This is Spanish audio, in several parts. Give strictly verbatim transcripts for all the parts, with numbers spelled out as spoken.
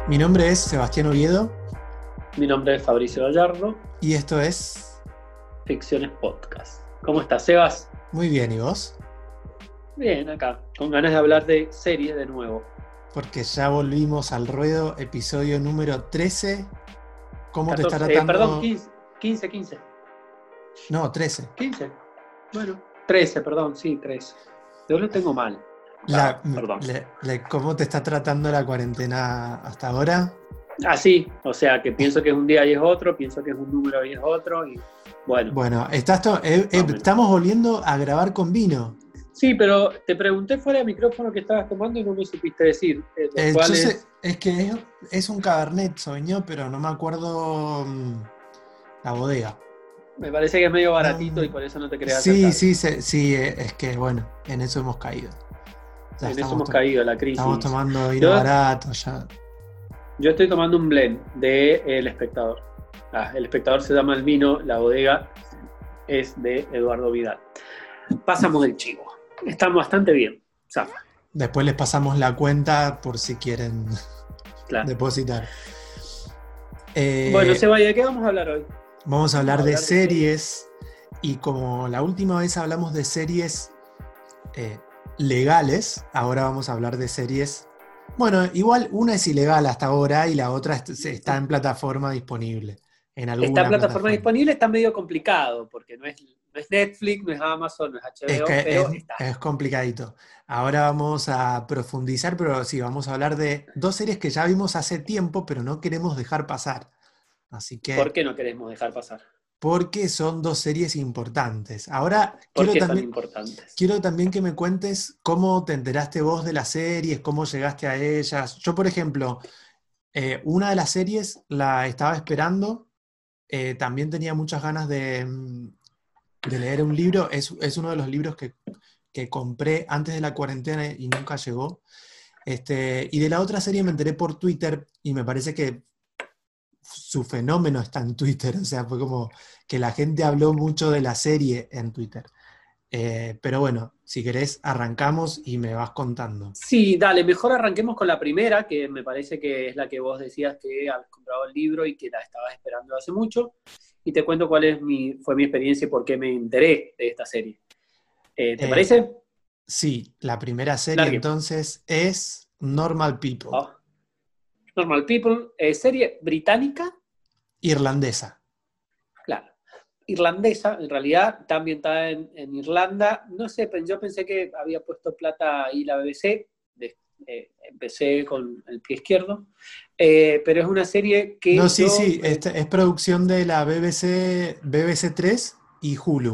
Mi nombre es Sebastián Oviedo. Mi nombre es Fabricio Gallardo. Y esto es Ficciones Podcast. ¿Cómo estás, Sebas? Muy bien, ¿y vos? Bien, acá, con ganas de hablar de series de nuevo. Porque ya volvimos al ruedo, episodio número trece. ¿Cómo catorce, te está tratando? Eh, perdón, quince, quince, quince. No, trece. quince. Bueno, trece, perdón, sí, trece. Yo lo tengo mal. La, Ah, perdón. le- le- ¿Cómo te está tratando la cuarentena hasta ahora? Así, o sea, que pienso que es un día y es otro, pienso que es un número y es otro, y bueno. Bueno, estás to- eh, eh, estamos volviendo a grabar con vino. Sí, pero te pregunté fuera de micrófono que estabas tomando y no me supiste decir. Eh, Eh, ¿cuál yo es? sé, es que es, es un Cabernet Sauvignon, pero no me acuerdo mm, la bodega. Me parece que es medio baratito No, y por eso no te querés sí, acercar. sí, sí, sí, eh, es que bueno, en eso hemos caído. Ya En eso estamos hemos to- caído, la crisis. Estamos tomando vino Yo- barato, ya. Yo estoy tomando un blend de El Espectador. Ah, El Espectador se llama el vino, la bodega es de Eduardo Vidal. Pasamos del chivo. Estamos bastante bien. Zafa, Después les pasamos la cuenta por si quieren claro. depositar. Eh, Bueno, Seba, ¿de qué vamos a hablar hoy? vamos a hablar vamos a de hablar de series, y como la última vez hablamos de series eh, legales, ahora vamos a hablar de series. Bueno, igual una es ilegal hasta ahora y la otra est- está en plataforma disponible. En alguna Esta plataforma plataforma. disponible está medio complicado porque no es, no es Netflix, no es Amazon, no es Es H B O, que pero es, está. es complicadito. Ahora vamos a profundizar, pero sí, vamos a hablar de dos series que ya vimos hace tiempo, pero no queremos dejar pasar. Así que, ¿Por qué no queremos dejar pasar? porque son dos series importantes. Ahora, ¿Por quiero qué son también, importantes? quiero también que me cuentes cómo te enteraste vos de las series, cómo llegaste a ellas. Yo, por ejemplo, eh, una de las series la estaba esperando, eh, también tenía muchas ganas de, mm, de leer un libro. Es, es uno de los libros que, que compré antes de la cuarentena y nunca llegó. Este, y de la otra serie me enteré por Twitter y me parece que su fenómeno está en Twitter. O sea, fue como que la gente habló mucho de la serie en Twitter. Eh, pero bueno, si querés, arrancamos y me vas contando. Sí, dale, mejor arranquemos con la primera, que me parece que es la que vos decías que habías comprado el libro y que la estabas esperando hace mucho, y te cuento cuál es mi, fue mi experiencia y por qué me enteré de esta serie. Eh, ¿Te Eh, parece? sí, la primera serie Largue. entonces es Normal People, Oh. Normal People, eh, serie británica, irlandesa. claro, irlandesa, en realidad está ambientada en, en Irlanda. No sé, yo pensé que había puesto plata ahí la B B C, de, eh, empecé con el pie izquierdo, eh, pero es una serie que No, sí, yo... sí, eh, este es producción de la B B C, B B C tres y Hulu.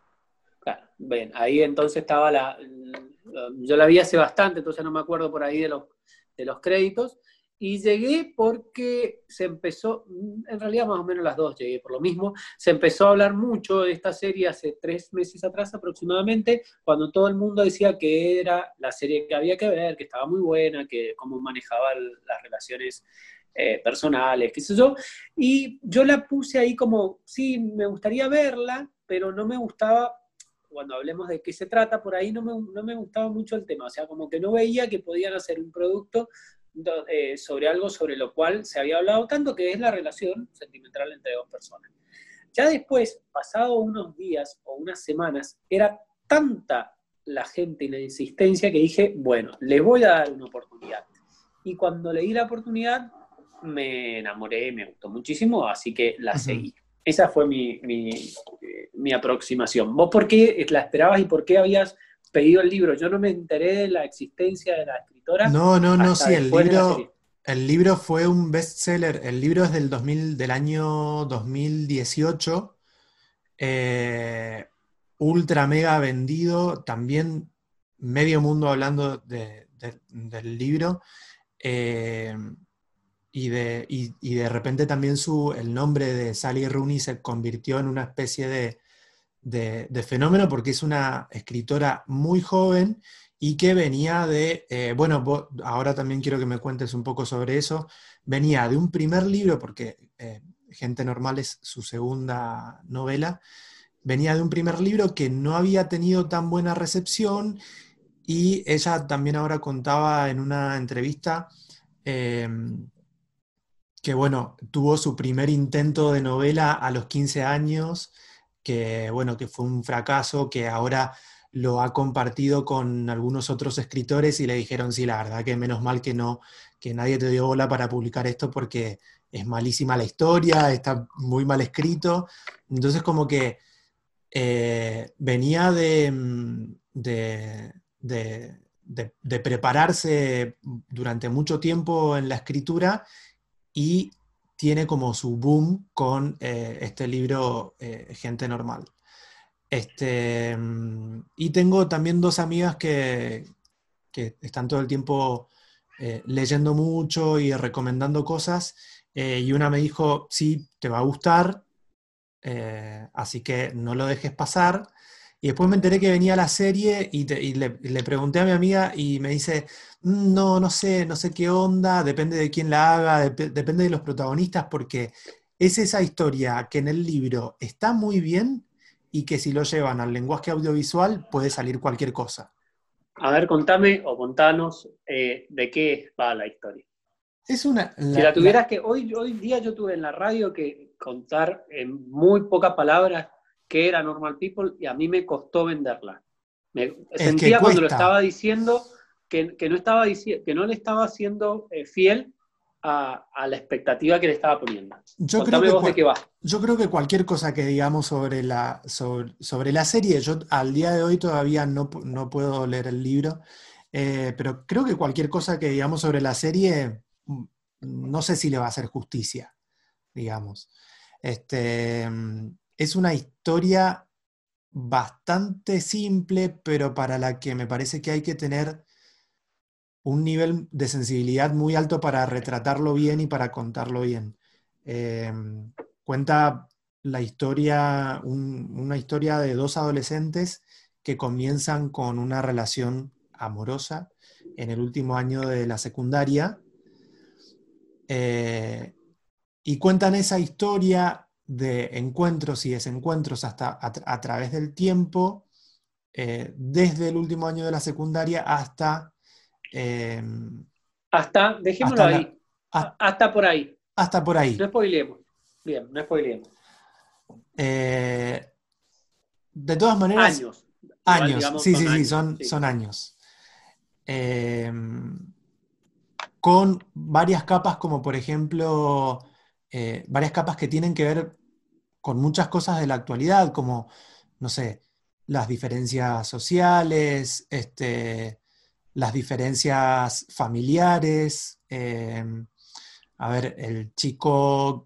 Claro, bien, ahí entonces estaba la, la- yo la vi hace bastante, entonces no me acuerdo por ahí de los, de los créditos, y llegué porque se empezó, en realidad más o menos las dos llegué por lo mismo, se empezó a hablar mucho de esta serie hace tres meses atrás aproximadamente, cuando todo el mundo decía que era la serie que había que ver, que estaba muy buena, que cómo manejaba el- las relaciones eh, personales, qué sé yo, y yo la puse ahí como, sí, me gustaría verla, pero no me gustaba cuando hablemos de qué se trata, por ahí no me, no me gustaba mucho el tema, o sea, como que no veía que podían hacer un producto do, eh, sobre algo sobre lo cual se había hablado tanto, que es la relación sentimental entre dos personas. Ya después, pasado unos días o unas semanas, era tanta la gente y la insistencia que dije, bueno, le voy a dar una oportunidad. Y cuando le di la oportunidad, me enamoré, me gustó muchísimo, así que la Ujú. seguí. Esa fue mi, mi, eh, mi aproximación. ¿Vos por qué la esperabas y por qué habías pedido el libro? Yo no me enteré de la existencia de la escritora No, no, no, hasta sí, el después de la serie. libro, el libro fue un bestseller. El libro es del dos mil, del año dos mil dieciocho. eh, ultra mega vendido, también medio mundo hablando de- de- del libro. eh, y, de, y, y de repente también su, el nombre de Sally Rooney se convirtió en una especie de, de- de fenómeno porque es una escritora muy joven y que venía de, eh, bueno, vos- ahora también quiero que me cuentes un poco sobre eso, venía de un primer libro, porque eh, Gente Normal es su segunda novela, venía de un primer libro que no había tenido tan buena recepción, y ella también ahora contaba en una entrevista, eh, que bueno, tuvo su primer intento de novela a los quince años, que bueno, que fue un fracaso, que ahora lo ha compartido con algunos otros escritores y le dijeron, sí, la verdad que menos mal que no, que nadie te dio bola para publicar esto porque es malísima la historia, está muy mal escrito. Entonces como que eh, venía de, mm, de, de- de- de prepararse durante mucho tiempo en la escritura y tiene como su boom con eh, este libro eh, Gente Normal. Este, mm, y tengo también dos amigas que, que están todo el tiempo eh, leyendo mucho y recomendando cosas, eh, y una me dijo, sí, te va a gustar, eh, así que no lo dejes pasar. Y después me enteré que venía la serie y, te- y le, le pregunté a mi amiga y me dice, "Mm, no, no sé, no sé qué onda, depende de quién la haga, dep- depende de los protagonistas, porque es esa historia que en el libro está muy bien y que si lo llevan al lenguaje audiovisual puede salir cualquier cosa. A ver, contame o contanos eh, de qué va la historia. Es una... Si la- la la- tuvieras que, hoy, hoy día yo tuve en la radio que contar en muy pocas palabras qué era Normal People y a mí me costó venderla. Me es que sentía cuando lo cuesta. estaba diciendo que, que no, estaba dici que no le estaba siendo eh, fiel a, a la expectativa que le estaba poniendo. Yo creo Contame que, vos de cua- qué va. yo creo que cualquier cosa que digamos sobre la, sobre, sobre la serie, yo al día de hoy todavía no, pu- no puedo leer el libro, eh, pero creo que cualquier cosa que digamos sobre la serie, mm, no sé si le va a hacer justicia, digamos. Este, mm, es una historia bastante simple, pero para la que me parece que hay que tener un nivel de sensibilidad muy alto para retratarlo bien y para contarlo bien. Eh, Cuenta la historia, un- una historia de dos adolescentes que comienzan con una relación amorosa en el último año de la secundaria, eh, y cuentan esa historia de encuentros y desencuentros hasta a, tra- a través del tiempo, eh, desde el último año de la secundaria hasta eh, Hasta, dejémoslo hasta la, ahí, ha- hasta por ahí. hasta por No ahí. spoilemos. Bien, no spoilemos. Eh, de todas maneras, Años. Igual, años, digamos, sí, son sí, sí, años. son, Sí. son años. Eh, con varias capas, como por ejemplo, eh, varias capas que tienen que ver con muchas cosas de la actualidad, como, no sé, las diferencias sociales, este, las diferencias familiares, eh, a ver, el chico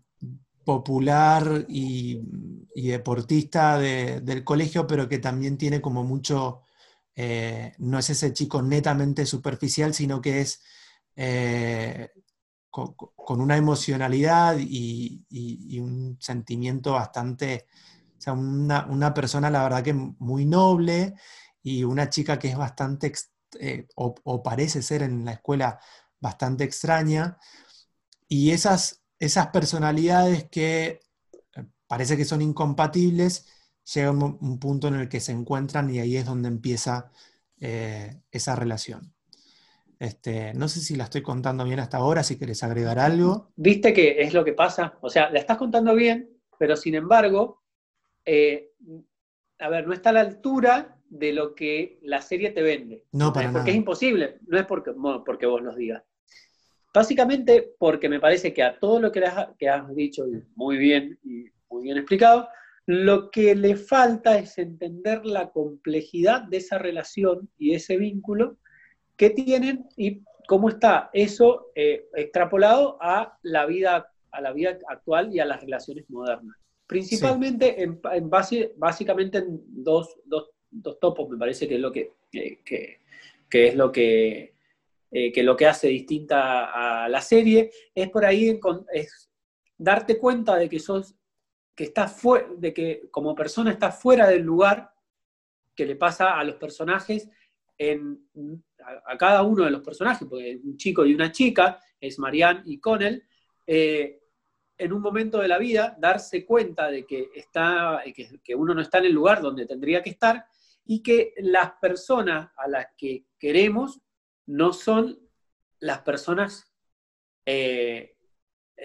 popular y, y deportista de- del colegio, pero que también tiene como mucho, eh, no es ese chico netamente superficial, sino que es eh, co- co- con, una emocionalidad y, y- y un sentimiento bastante, o sea, una, una persona la verdad que muy noble y una chica que es bastante, ex- eh, o o parece ser en la escuela bastante extraña. Y esas, esas personalidades que eh, parece que son incompatibles, llega un, un punto en el que se encuentran y ahí es donde empieza eh, esa relación. Este, no sé si la estoy contando bien hasta ahora, si querés agregar algo. ¿Viste que es lo que pasa? O sea, la estás contando bien, pero sin embargo, eh, a ver, no está a la altura de lo que la serie te vende. No, ¿Entendés? para Porque es nada. imposible, no es porque, bueno, porque vos nos digas. Básicamente porque me parece que a todo lo que has, que has dicho, y muy bien y muy bien explicado, lo que le falta es entender la complejidad de esa relación y ese vínculo que tienen y cómo está eso eh, extrapolado a la vida a la vida actual y a las relaciones modernas. Sí, Principalmente en, en base, básicamente en dos, dos, dos topos, me parece que es lo que, que, que, que es lo que, eh, que lo que hace distinta a la serie, es por ahí es darte cuenta de que sos, que estás fuera, de que como persona estás fuera del lugar que le pasa a los personajes, en, a, a cada uno de los personajes, porque un chico y una chica, es Marianne y Connell, eh, en un momento de la vida darse cuenta de que, está, que, que uno no está en el lugar donde tendría que estar y que las personas a las que queremos no son las personas eh,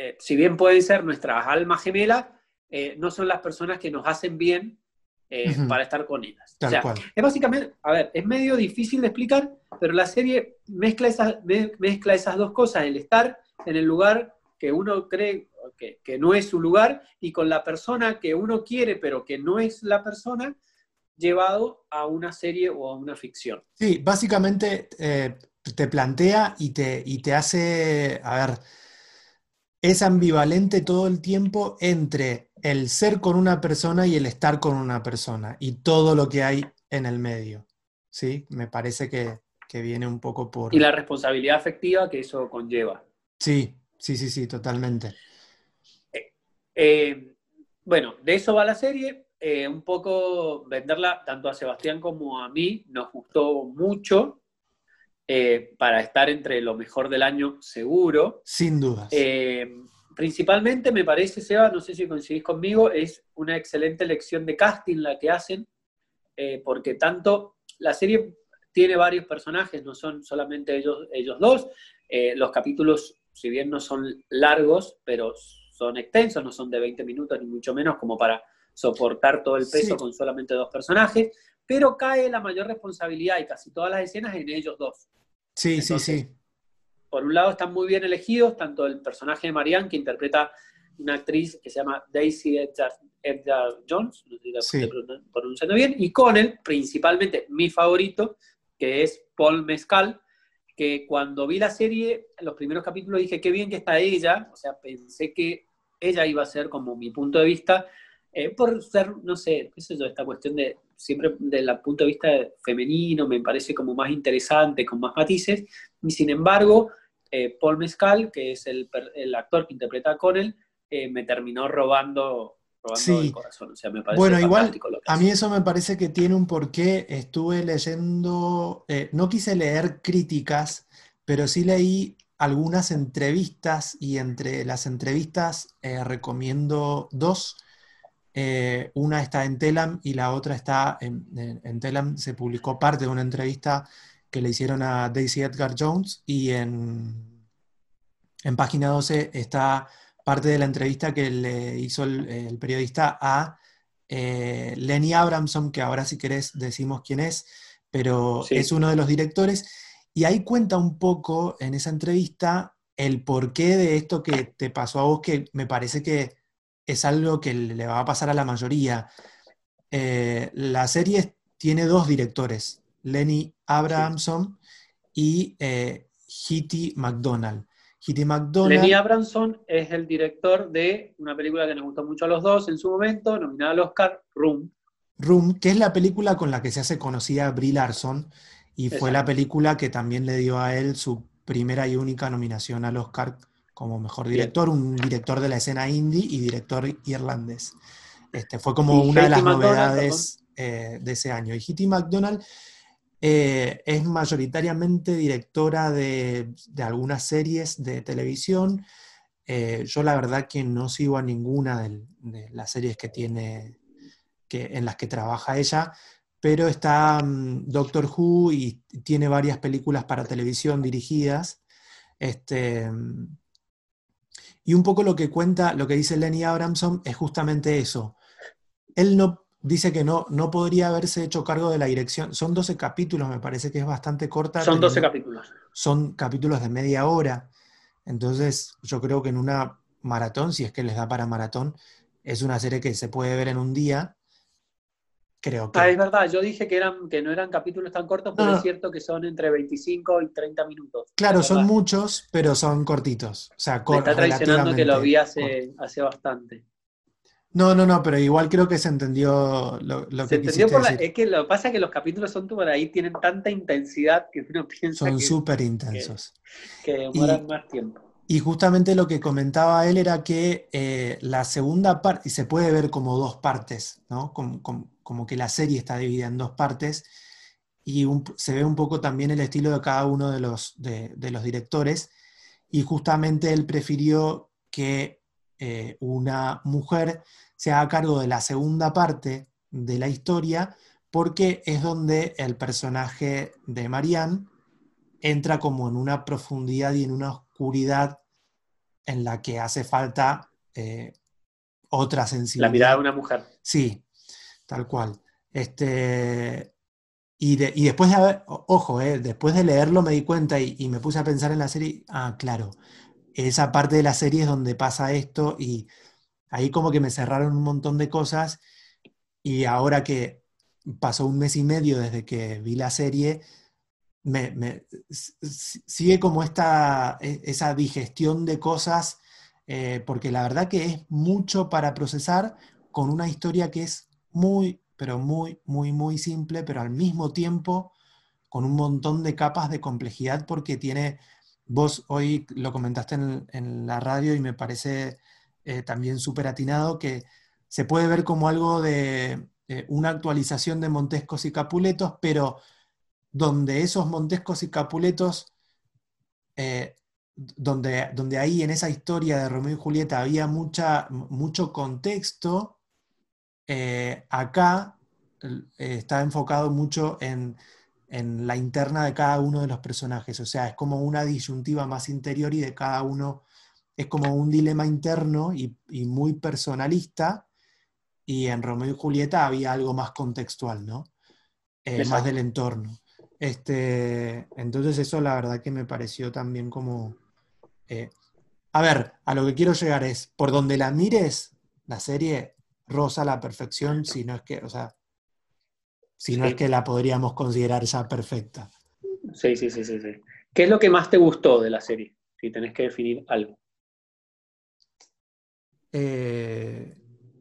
eh, si bien pueden ser nuestras almas gemelas, eh, no son las personas que nos hacen bien eh, Ujú, para estar con ellas. O tal sea, cual. es básicamente, a ver, es medio difícil de explicar, pero la serie mezcla esas, me- mezcla esas dos cosas, el estar en el lugar que uno cree que, que no es su lugar y con la persona que uno quiere, pero que no es la persona, llevado a una serie o a una ficción. Sí, básicamente eh, te plantea y te, y te hace, a ver, es ambivalente todo el tiempo entre el ser con una persona y el estar con una persona y todo lo que hay en el medio. ¿Sí? Me parece que, que viene un poco Y por... la responsabilidad afectiva que eso conlleva. Sí, sí, sí, sí, totalmente. Eh, bueno, de eso va la serie. Eh, un poco venderla tanto a Sebastián como a mí nos gustó mucho eh, para estar entre lo mejor del año seguro. Sin dudas. Eh, Principalmente me parece, Seba, no sé si coincidís conmigo, es una excelente elección de casting la que hacen, eh, porque tanto la serie tiene varios personajes, no son solamente ellos, ellos dos. Eh, los capítulos, si bien no son largos, pero son extensos, no son de veinte minutos ni mucho menos como para soportar todo el peso Sí, con solamente dos personajes, pero cae la mayor responsabilidad y casi todas las escenas en ellos dos. sí, sí, Entonces, sí, por un lado están muy bien elegidos, tanto el personaje de Marianne, que interpreta una actriz que se llama Daisy Edgar, Edgar Jones, no sé si la estoy sí. pronunciando bien, y con él, principalmente mi favorito, que es Paul Mescal, que cuando vi la serie, en los primeros capítulos dije, qué bien que está ella, o sea, pensé que ella iba a ser como mi punto de vista, eh, por ser, no sé, qué sé yo, esta cuestión de siempre desde el punto de vista femenino, me parece como más interesante, con más matices, y sin embargo, eh, Paul Mescal, que es el, el, actor que interpreta a Connell, eh, me terminó robando, robando el Sí. corazón. O sea, me parece Bueno, igual fantástico lo que a mí hace. eso me parece que tiene un porqué. Estuve leyendo, eh, no quise leer críticas, pero sí leí algunas entrevistas y entre las entrevistas eh, recomiendo dos. Eh, una está en Telam y la otra está en, en- en Telam. Se publicó parte de una entrevista que le hicieron a Daisy Edgar Jones y en, en Página doce está parte de la entrevista que le hizo el, el periodista a eh, Lenny Abramson, que ahora si querés decimos quién es, pero es Sí, uno de los directores, y ahí cuenta un poco en esa entrevista el porqué de esto que te pasó a vos, que me parece que es algo que le va a pasar a la mayoría. Eh, la serie tiene dos directores, Lenny sí. Abramson y eh, Hitty McDonald. Hitty Lenny McDonald, Abramson es el director de una película que nos gustó mucho a los dos en su momento, nominada al Oscar, Room. Room, que es la película con la que se hace conocida Brie Larson, y fue la Exacto. película que también le dio a él su primera y única nominación al Oscar como mejor Bien. director, un director de la escena indie y director irlandés. Este, fue como Y una de Katie las McDonald, perdón. novedades eh, de ese año. Y Hitty McDonald eh, es mayoritariamente directora de, de algunas series de televisión. Eh, yo la verdad que no sigo a ninguna de, de las series que tiene, que, en las que trabaja ella, pero está um, Doctor Who y tiene varias películas para televisión dirigidas. Este, y un poco lo que cuenta, lo que dice Lenny Abramson es justamente eso. Él no dice que no, no podría haberse hecho cargo de la dirección. Son doce capítulos, me parece que es bastante corta, Son doce teniendo, capítulos. son capítulos de media hora. Entonces, yo creo que en una maratón, si es que les da para maratón, es una serie que se puede ver en un día. Creo Ah, es que. verdad, yo dije que, eran, que no eran capítulos tan cortos, No, pero es no, cierto que son entre veinticinco y treinta minutos. Es claro, son verdad. muchos, pero son cortitos. O sea, Me cor- está traicionando que lo vi relativamente cortos. hace, hace bastante. No, no, no, pero igual creo que se entendió lo, lo Se que entendió quisiste por la. decir. Es que lo que pasa es que los capítulos son por ahí, tienen tanta intensidad que uno piensa Son que, súper que, intensos. que demoran Y, más tiempo. y justamente lo que comentaba él era que eh, la segunda parte, y se puede ver como dos partes, ¿no? Como, como- como que la serie está dividida en dos partes, y un- se ve un poco también el estilo de cada uno de los, de, de los directores, y justamente él prefirió que eh, una mujer se haga cargo de la segunda parte de la historia, porque es donde el personaje de Marianne entra como en una profundidad y en una oscuridad en la que hace falta eh, otra La mirada sensibilidad. de una mujer. Sí, tal cual. Este, y, de- y después de haber, o- ojo, eh, después de leerlo me di cuenta y, y me puse a pensar en la serie, ah, claro, esa parte de la serie es donde pasa esto y ahí como que me cerraron un montón de cosas y ahora que pasó un mes y medio desde que vi la serie, me, me- s- s- sigue como esta, e- esa digestión de cosas, eh, porque la verdad que es mucho para procesar con una historia que es muy, pero muy, muy, muy simple, pero al mismo tiempo con un montón de capas de complejidad porque tiene, vos hoy lo comentaste en, en la radio y me parece eh, también súper atinado que se puede ver como algo de eh, una actualización de Montescos y Capuletos, pero donde esos Montescos y Capuletos, eh, donde, donde ahí en esa historia de Romeo y Julieta había mucha, mucho contexto, eh, acá eh, está enfocado mucho en, en la interna de cada uno de los personajes, o sea, es como una disyuntiva más interior y de cada uno, es como un dilema interno y, y muy personalista, y en Romeo y Julieta había algo más contextual, ¿no? Eh, más del Exacto. entorno. Este, entonces eso la verdad que me pareció también como... eh, a ver, a lo que quiero llegar es, por donde la mires, la serie roza la perfección, si no es que, o sea, si no es Sí, que la podríamos considerar ya perfecta. sí, sí, sí, sí, sí. ¿Qué es lo que más te gustó de la serie? Si tenés que definir algo. Eh,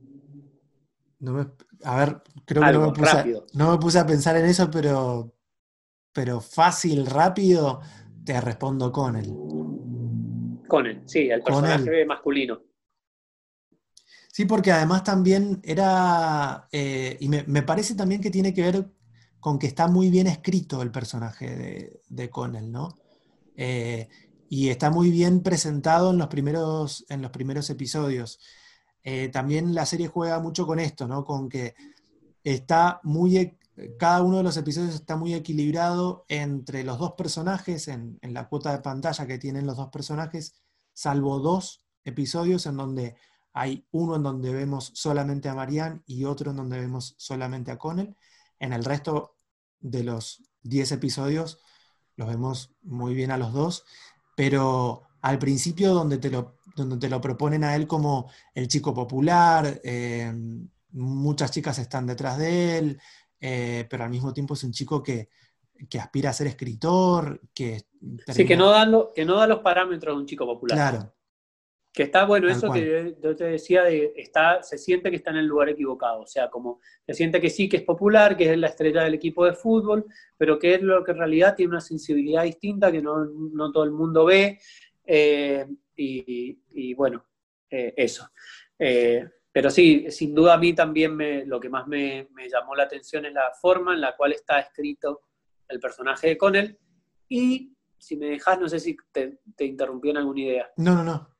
no me- a ver, creo que no me Algo, puse, a- rápido. no me puse a pensar en eso, pero, pero fácil, rápido, te respondo con él. Con él, sí, el Con él. personaje masculino. Sí, porque además también era, eh, y me, me parece también que tiene que ver con que está muy bien escrito el personaje de, de Connell, ¿no? Eh, y está muy bien presentado en los primeros, en los primeros episodios. Eh, también la serie juega mucho con esto, ¿no? Con que está muy, e- cada uno de los episodios está muy equilibrado entre los dos personajes, en, en la cuota de pantalla que tienen los dos personajes, salvo dos episodios en donde hay uno en donde vemos solamente a Marianne y otro en donde vemos solamente a Connell. En el resto de los diez episodios los vemos muy bien a los dos, pero al principio donde te lo, donde te lo proponen a él como el chico popular, eh, muchas chicas están detrás de él, eh, pero al mismo tiempo es un chico que, que aspira a ser escritor, que Sí, que termina, no dan lo- que no da los parámetros de un chico popular. claro, Que está bueno, tal eso que cual, yo, yo te decía, de, está, se siente que está en el lugar equivocado, o sea, como se siente que sí, que es popular, que es la estrella del equipo de fútbol, pero que es lo que en realidad tiene una sensibilidad distinta que no, no todo el mundo ve, eh, y, y, bueno, eh, eso. Eh, pero sí, sin duda a mí también me, lo que más me, me llamó la atención es la forma en la cual está escrito el personaje de Connell, y si me dejas, no sé si te, te interrumpí en alguna idea. no, no, no,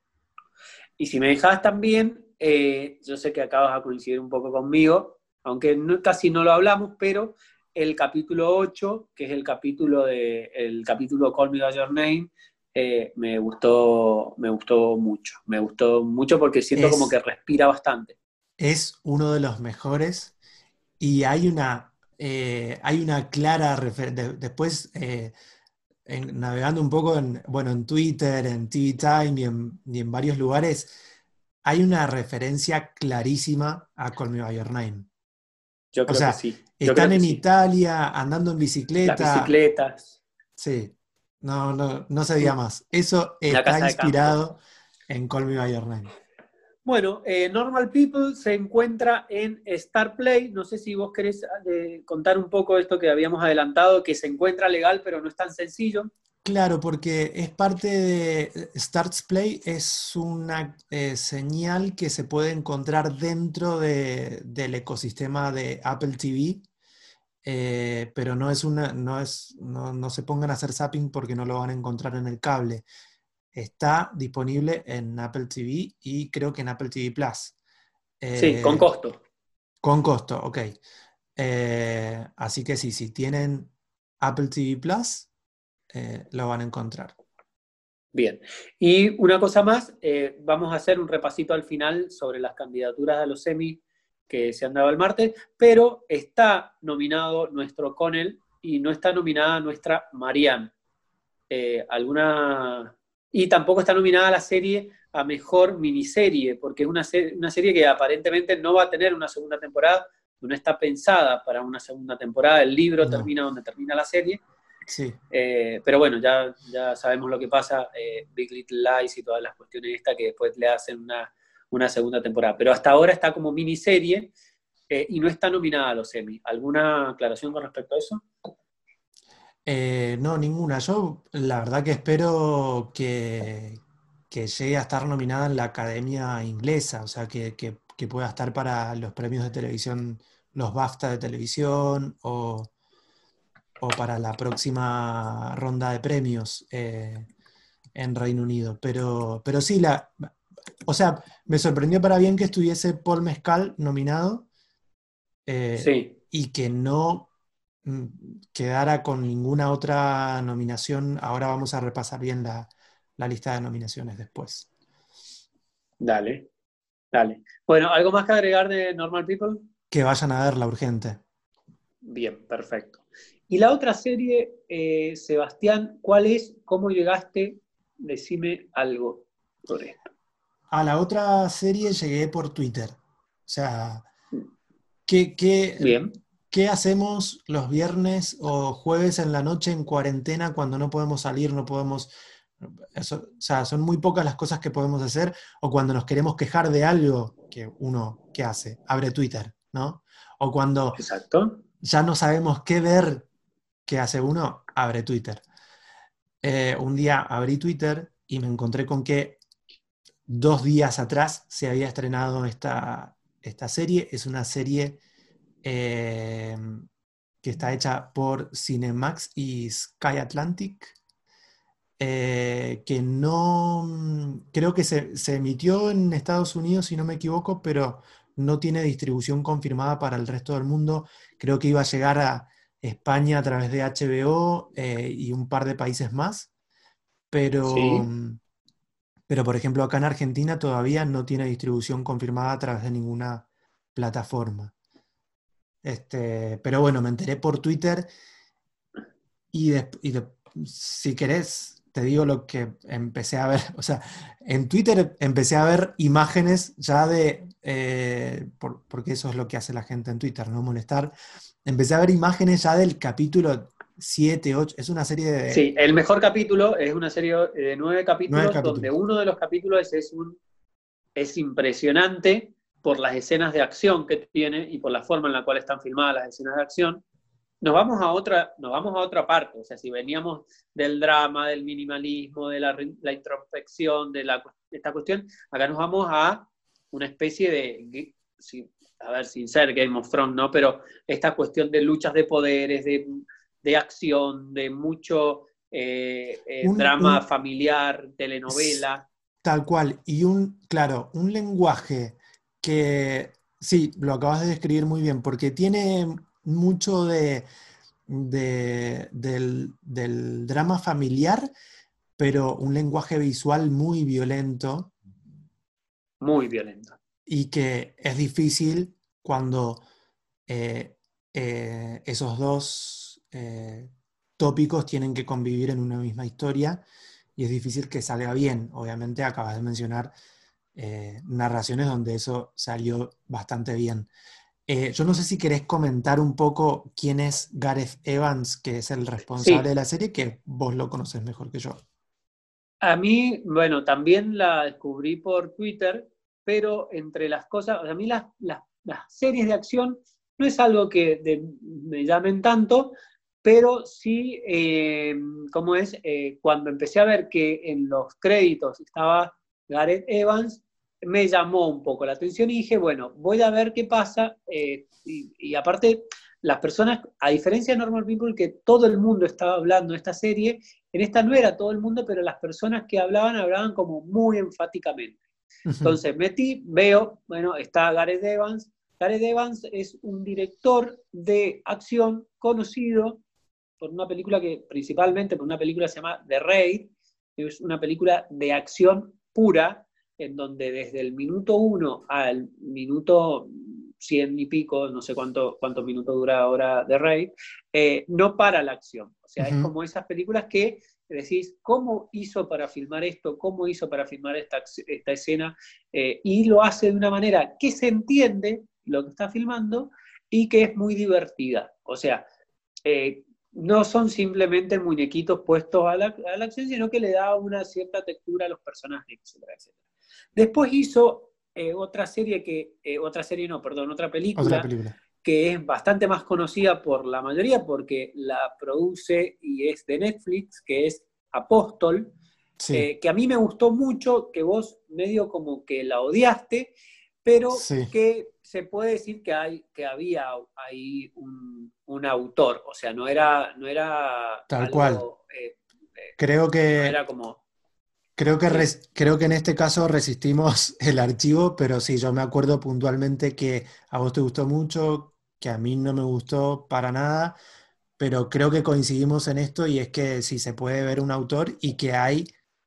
Y si me dejas también, eh, yo sé que acá vas a coincidir un poco conmigo, aunque no, casi no lo hablamos, pero el capítulo ocho, que es el capítulo de el capítulo Call Me by Your Name, eh, me gustó, me gustó mucho. Me gustó mucho porque siento como que es, respira bastante. es uno de los mejores y hay una, eh, hay una clara referencia, después... eh, en- navegando un poco en, bueno, en Twitter, en T V Time y en, y en varios lugares, hay una referencia clarísima a Call Me by Your Name. Yo O creo que sea, sí, yo creo están que en sí. Italia andando en Las bicicleta. bicicletas, Sí, no, no, no se diga más. Eso la está casa de campo. inspirado en Call Me by Your Name. Bueno, eh, Normal People se encuentra en Star Play. No sé si vos querés eh, contar un poco esto que habíamos adelantado, que se encuentra legal, pero no es tan sencillo. Claro, porque es parte de Starts Play, es una eh, señal que se puede encontrar dentro de- del ecosistema de Apple T V, eh, pero no es una, no es, no, no se pongan a hacer zapping porque no lo van a encontrar en el cable. Está disponible en Apple T V y creo que en Apple T V Plus. Sí, con Eh, costo. con costo, ok. Eh, así que sí, si tienen Apple T V Plus, eh, lo van a encontrar. Bien. Y una cosa más, eh, vamos a hacer un repasito al final sobre las candidaturas a los Emmy que se han dado el martes, pero está nominado nuestro Connell y no está nominada nuestra Marianne. Eh, alguna... Y tampoco está nominada la serie a mejor miniserie, porque es una, se una serie que aparentemente no va a tener una segunda temporada, no está pensada para una segunda temporada, el libro No. termina donde termina la serie. Sí. Eh, pero bueno, ya, ya sabemos lo que pasa, eh, Big Little Lies y todas las cuestiones estas que después le hacen una, una segunda temporada. Pero hasta ahora está como miniserie eh, y no está nominada a los Emmy. ¿Alguna aclaración con respecto a eso? Eh, no, ninguna. Yo la verdad que espero que, que llegue a estar nominada en la Academia Inglesa, o sea, que, que- que pueda estar para los premios de televisión, los BAFTA de televisión o, o para la próxima ronda de premios eh, en Reino Unido. Pero, pero sí, la, o sea, me sorprendió para bien que estuviese Paul Mescal nominado eh, Sí, y que no mm, quedara con ninguna otra nominación. Ahora vamos a repasar bien la, la lista de nominaciones después. dale, dale. Bueno, ¿algo más que agregar de Normal People? Que vayan a ver La Urgente. Bien, perfecto. Y la otra serie, eh, Sebastián, ¿cuál es? ¿Cómo llegaste? Decime algo sobre esto. A la otra serie llegué por Twitter. O sea, ¿qué, qué, Bien, qué hacemos los viernes o jueves en la noche en cuarentena cuando no podemos salir, no podemos... Eso, o sea, son muy pocas las cosas que podemos hacer o cuando nos queremos quejar de algo que uno, ¿qué hace? Abre Twitter, ¿no? O cuando exacto. ya no sabemos qué ver, ¿qué hace uno? Abre Twitter. Eh, un día abrí Twitter y me encontré con que dos días atrás se había estrenado esta, esta serie. Es una serie eh, que está hecha por Cinemax y Sky Atlantic, eh, que no, mm, creo que se, se emitió en Estados Unidos, si no me equivoco, pero no tiene distribución confirmada para el resto del mundo. Creo que iba a llegar a España a través de H B O eh, y un par de países más, pero, Sí. mm, pero por ejemplo acá en Argentina todavía no tiene distribución confirmada a través de ninguna plataforma. Este, pero bueno, me enteré por Twitter y, de- y de- si querés, te digo lo que empecé a ver. O sea, en Twitter empecé a ver imágenes ya de, eh, por- porque eso es lo que hace la gente en Twitter, no molestar. Empecé a ver imágenes ya del capítulo siete ocho. Es una serie de Sí, el mejor capítulo es una serie de nueve nueve capítulos donde capítulos. uno de los capítulos es, un, es impresionante por las escenas de acción que tiene y por la forma en la cual están filmadas las escenas de acción. Nos vamos a otra, nos vamos a otra parte, o sea, si veníamos del drama, del minimalismo, de la, la introspección, de, la, de esta cuestión, acá nos vamos a una especie de, a ver, sin ser Game of Thrones, ¿no? Pero esta cuestión de luchas de poderes, de, de acción, de mucho eh, eh, Un, drama un- familiar, s- telenovela. Tal cual. Y un, claro, un lenguaje que, sí, lo acabas de describir muy bien, porque tiene mucho de, de- del, del drama familiar, pero un lenguaje visual muy violento Muy violenta. y que es difícil cuando eh, eh, esos dos eh, tópicos tienen que convivir en una misma historia y es difícil que salga bien. Obviamente acabas de mencionar eh, narraciones donde eso salió bastante bien. Eh, yo no sé si querés comentar un poco quién es Gareth Evans, que es el responsable de Sí, la serie, que vos lo conoces mejor que yo. a mí, bueno, también la descubrí por Twitter, pero entre las cosas, o sea, a mí las, las, las series de acción no es algo que de, me llamen tanto, pero sí, eh, ¿cómo es? Eh, cuando empecé a ver que en los créditos estaba Gareth Evans, me llamó un poco la atención y dije, bueno, voy a ver qué pasa. Eh, y, y aparte, las personas, a diferencia de Normal People, que todo el mundo estaba hablando de esta serie, en esta no era todo el mundo, pero las personas que hablaban, hablaban como muy enfáticamente. Ujú. Entonces metí, veo, bueno, está Gareth Evans. Gareth Evans es un director de acción conocido por una película que, principalmente por una película que se llama The Raid, es una película de acción pura, en donde desde el minuto uno al minuto cien y pico, no sé cuánto, cuántos minutos dura ahora The Raid, eh, no para la acción. O sea, uh-huh. es como esas películas que decís, ¿cómo hizo para filmar esto? ¿Cómo hizo para filmar esta, esta escena? Eh, y lo hace de una manera que se entiende lo que está filmando y que es muy divertida. O sea, eh, no son simplemente muñequitos puestos a la, a la acción, sino que le da una cierta textura a los personajes, etcétera, etcétera. Después hizo eh, otra serie que, eh, otra serie no, perdón, otra película, otra película que es bastante más conocida por la mayoría porque la produce y es de Netflix, que es Apóstol, sí. eh, que a mí me gustó mucho, que vos medio como que la odiaste, pero sí. que se puede decir que, hay, que había ahí un, un autor, o sea, no era, no era tal algo, cual. Eh, creo que no era como... Creo que, res, creo que en este caso resistimos el archivo, pero sí, yo me acuerdo puntualmente que a vos te gustó mucho, que a mí no me gustó para nada, pero creo que coincidimos en esto y es que sí se puede ver un autor y que hay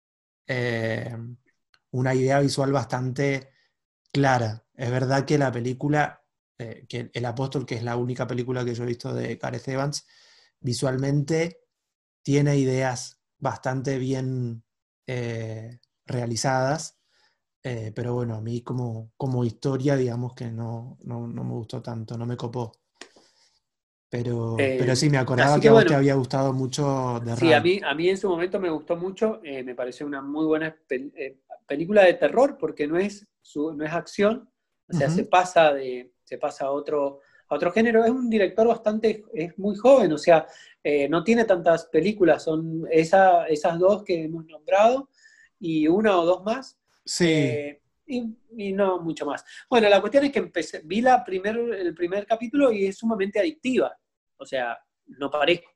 eh, una idea visual bastante clara. Es verdad que la película, eh, que El Apóstol, que es la única película que yo he visto de Gareth Evans, visualmente tiene ideas bastante bien eh, realizadas, eh, pero bueno, a mí como, como historia, digamos que no, no, no me gustó tanto, no me copó. Pero, eh, pero sí, me acordaba que, que a vos bueno, te había gustado mucho The Sí, Raid. a mí, a mí en su momento me gustó mucho, eh, me pareció una muy buena pel eh, película de terror, porque no es, su, no es acción, o sea, uh-huh. se pasa, de, se pasa a, otro, a otro género. Es un director bastante, es muy joven, o sea, eh, no tiene tantas películas, son esa, esas dos que hemos nombrado y una o dos más. Sí. Eh, y, y no mucho más. Bueno, la cuestión es que empecé, vi la primer, el primer capítulo y es sumamente adictiva, o sea, no parezco.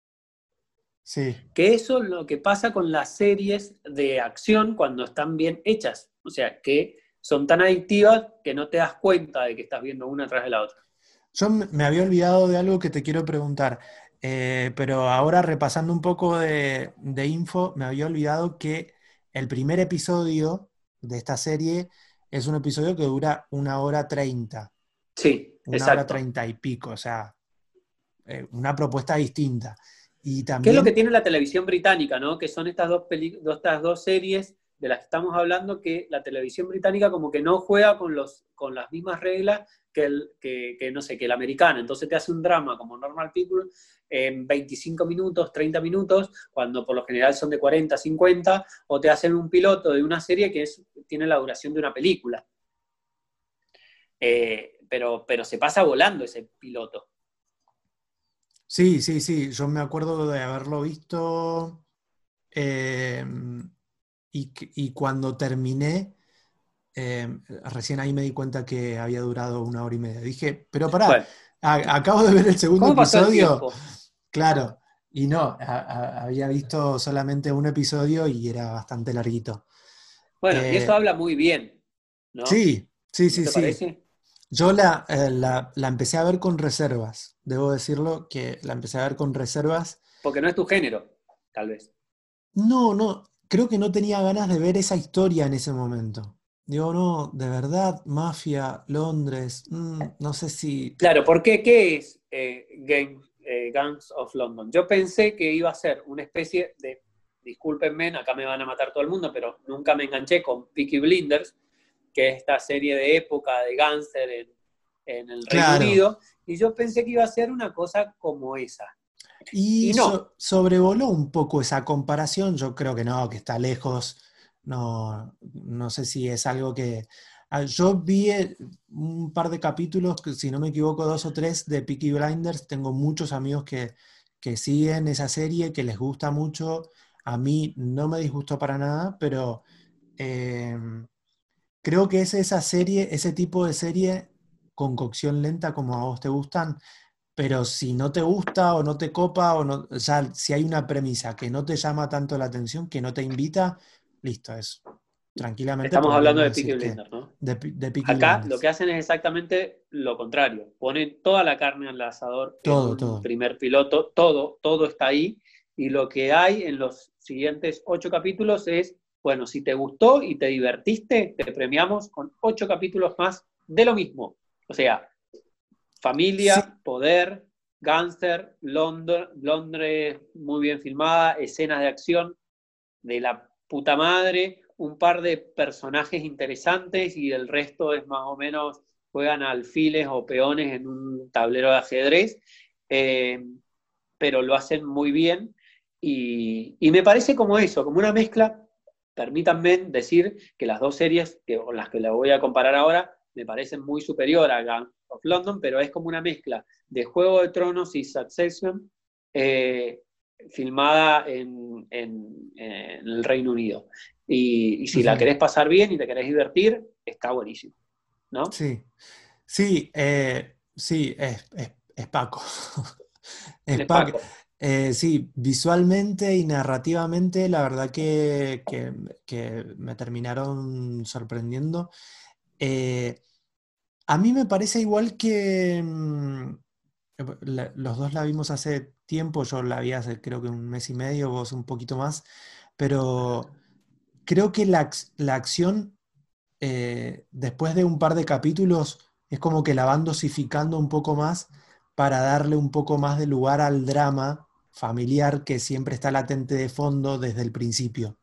Sí. Que eso es lo que pasa con las series de acción cuando están bien hechas. O sea, que son tan adictivas que no te das cuenta de que estás viendo una tras de la otra. Yo me había olvidado de algo que te quiero preguntar, eh, pero ahora repasando un poco de, de info, me había olvidado que el primer episodio de esta serie es un episodio que dura una hora treinta. Sí, una exacto. hora treinta y pico, o sea, eh, una propuesta distinta. Y también... ¿Qué es lo que tiene la televisión británica, ¿no? Que son estas dos, estas dos series de las que estamos hablando, que la televisión británica como que no juega con, los, con las mismas reglas que, el, que, que, no sé, que el americano. Entonces te hace un drama como Normal People en veinticinco minutos, treinta minutos, cuando por lo general son de cuarenta, cincuenta, o te hacen un piloto de una serie que es, tiene la duración de una película. Eh, pero, pero se pasa volando ese piloto. Sí, sí, sí, yo me acuerdo de haberlo visto eh, y, y cuando terminé, eh, recién ahí me di cuenta que había durado una hora y media. Dije, pero pará, bueno, a, acabo de ver el segundo ¿cómo pasó episodio. El tiempo? Claro, y no, a, a, había visto solamente un episodio y era bastante larguito. Bueno, eh, y eso habla muy bien, ¿no? Sí, sí, ¿No sí, te sí. parece? Yo la, eh, la, la empecé a ver con reservas, debo decirlo que la empecé a ver con reservas. Porque no es tu género, tal vez. No, no, creo que no tenía ganas de ver esa historia en ese momento. Digo, no, de verdad, mafia, Londres, mmm, no sé si... Claro, ¿por qué? ¿Qué es eh, Game, eh, Gangs of London? Yo pensé que iba a ser una especie de, discúlpenme, acá me van a matar todo el mundo, pero nunca me enganché con Peaky Blinders, que es esta serie de época de gángster en, en el Reino Claro. Unido, y yo pensé que iba a ser una cosa como esa. Y, y no. so, sobrevoló un poco esa comparación, yo creo que no, que está lejos, no, no sé si es algo que... Yo vi un par de capítulos, si no me equivoco, dos o tres de Peaky Blinders, tengo muchos amigos que, que siguen esa serie, que les gusta mucho, a mí no me disgustó para nada, pero eh, creo que es esa serie, ese tipo de serie con cocción lenta como a vos te gustan, pero si no te gusta o no te copa, o no, ya si hay una premisa que no te llama tanto la atención, que no te invita, listo, es tranquilamente. Estamos hablando de Peaky Blinders, ¿no? De, de Peaky Acá Blinders. lo que hacen es exactamente lo contrario. Ponen toda la carne al asador todo, en un todo. primer piloto, todo, todo está ahí, y lo que hay en los siguientes ocho capítulos es, bueno, si te gustó y te divertiste, te premiamos con ocho capítulos más de lo mismo. O sea, Sí, familia, poder, gángster, Londres, Londres muy bien filmada, escenas de acción de la puta madre, un par de personajes interesantes y el resto es más o menos juegan alfiles o peones en un tablero de ajedrez, eh, pero lo hacen muy bien y, y me parece como eso, como una mezcla. Permítanme decir que las dos series que, con las que la voy a comparar ahora me parecen muy superior a Gang of London, pero es como una mezcla de Juego de Tronos y Succession, eh, filmada en, en, en, el Reino Unido. Y, y si la ujú, querés pasar bien y te querés divertir, está buenísimo, ¿no? sí, sí, eh, sí, es, es, es Paco. Es Es Paco. Paco. Eh, sí, visualmente y narrativamente, la verdad que, que- que me terminaron sorprendiendo. Eh, a mí me parece igual que mm, la- los dos la vimos hace tiempo, yo la vi hace creo que un mes y medio, vos un poquito más, pero creo que la, ac- la acción eh, después de un par de capítulos es como que la van dosificando un poco más para darle un poco más de lugar al drama familiar que siempre está latente de fondo desde el principio.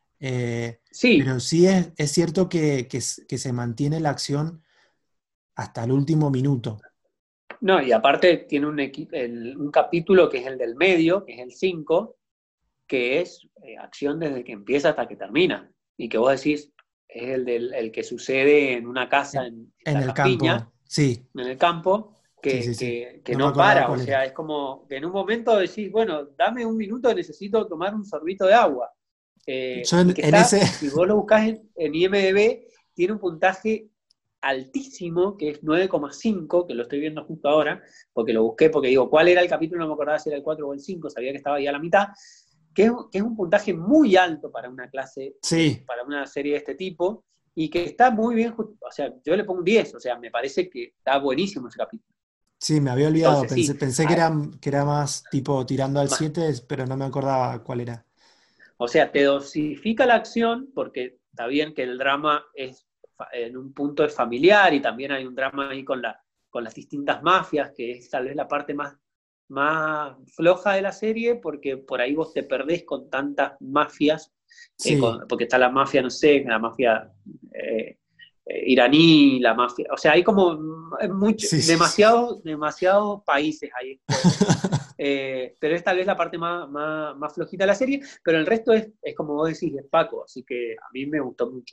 Eh, Sí, pero sí es, es cierto que, que s- que se mantiene la acción hasta el último minuto. no, y aparte tiene un, el, un capítulo que es el del medio, que es el cinco, que es eh, acción desde que empieza hasta que termina. Y que vos decís, es el, del, el que sucede en una casa En, en, en en la el campiña, campo, sí, en el campo, sí, que, sí, sí. que, que No me no acordaba para. O cuál era. sea, es como que en un momento decís, bueno, dame un minuto, necesito tomar un sorbito de agua. Eh, Yo y en, que en está, ese, si vos lo buscás en, en I M D B, tiene un puntaje altísimo, que es nueve coma cinco, que lo estoy viendo justo ahora, porque lo busqué, porque digo, ¿cuál era el capítulo? No me acordaba si era el cuatro o el cinco, sabía que estaba ahí a la mitad, que es, que es un puntaje muy alto para una clase, de, sí, para una serie de este tipo, y que está muy bien, o sea, yo le pongo un diez, o sea, me parece que está buenísimo ese capítulo. sí, me había olvidado. Entonces, Pensé, sí, pensé que hay, era, que era más tipo tirando al más, siete, pero no me acordaba cuál era. o sea, te dosifica la acción, porque está bien que el drama es en un punto es familiar y también hay un drama ahí con, la, con las distintas mafias, que es tal vez la parte más, más floja de la serie, porque por ahí vos te perdés con tantas mafias, eh, Sí, con, porque está la mafia, no sé, la mafia eh, eh, iraní, la mafia, o sea, hay como mucho, sí, sí, sí. demasiado, demasiados países ahí en juego. Eh, pero es tal vez la parte más, más, más flojita de la serie, pero el resto es, es como vos decís, es Paco, así que a mí me gustó mucho.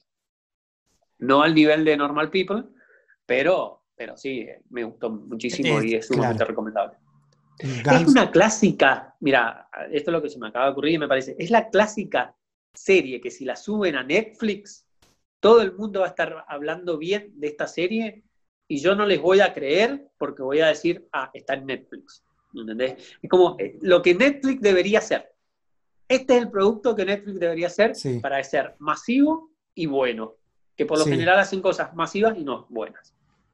No al nivel de Normal People, pero, pero sí, me gustó muchísimo y Es, es sumamente claro, recomendable. Es Guns, una clásica, mira, esto es lo que se me acaba de ocurrir y me parece, es la clásica serie que si la suben a Netflix, todo el mundo va a estar hablando bien de esta serie y yo no les voy a creer porque voy a decir, ah, está en Netflix. ¿Entendés? Es como eh, lo que Netflix debería hacer. Este es el producto que Netflix debería hacer sí, para ser masivo y bueno. Que por lo sí, general hacen cosas masivas y no buenas.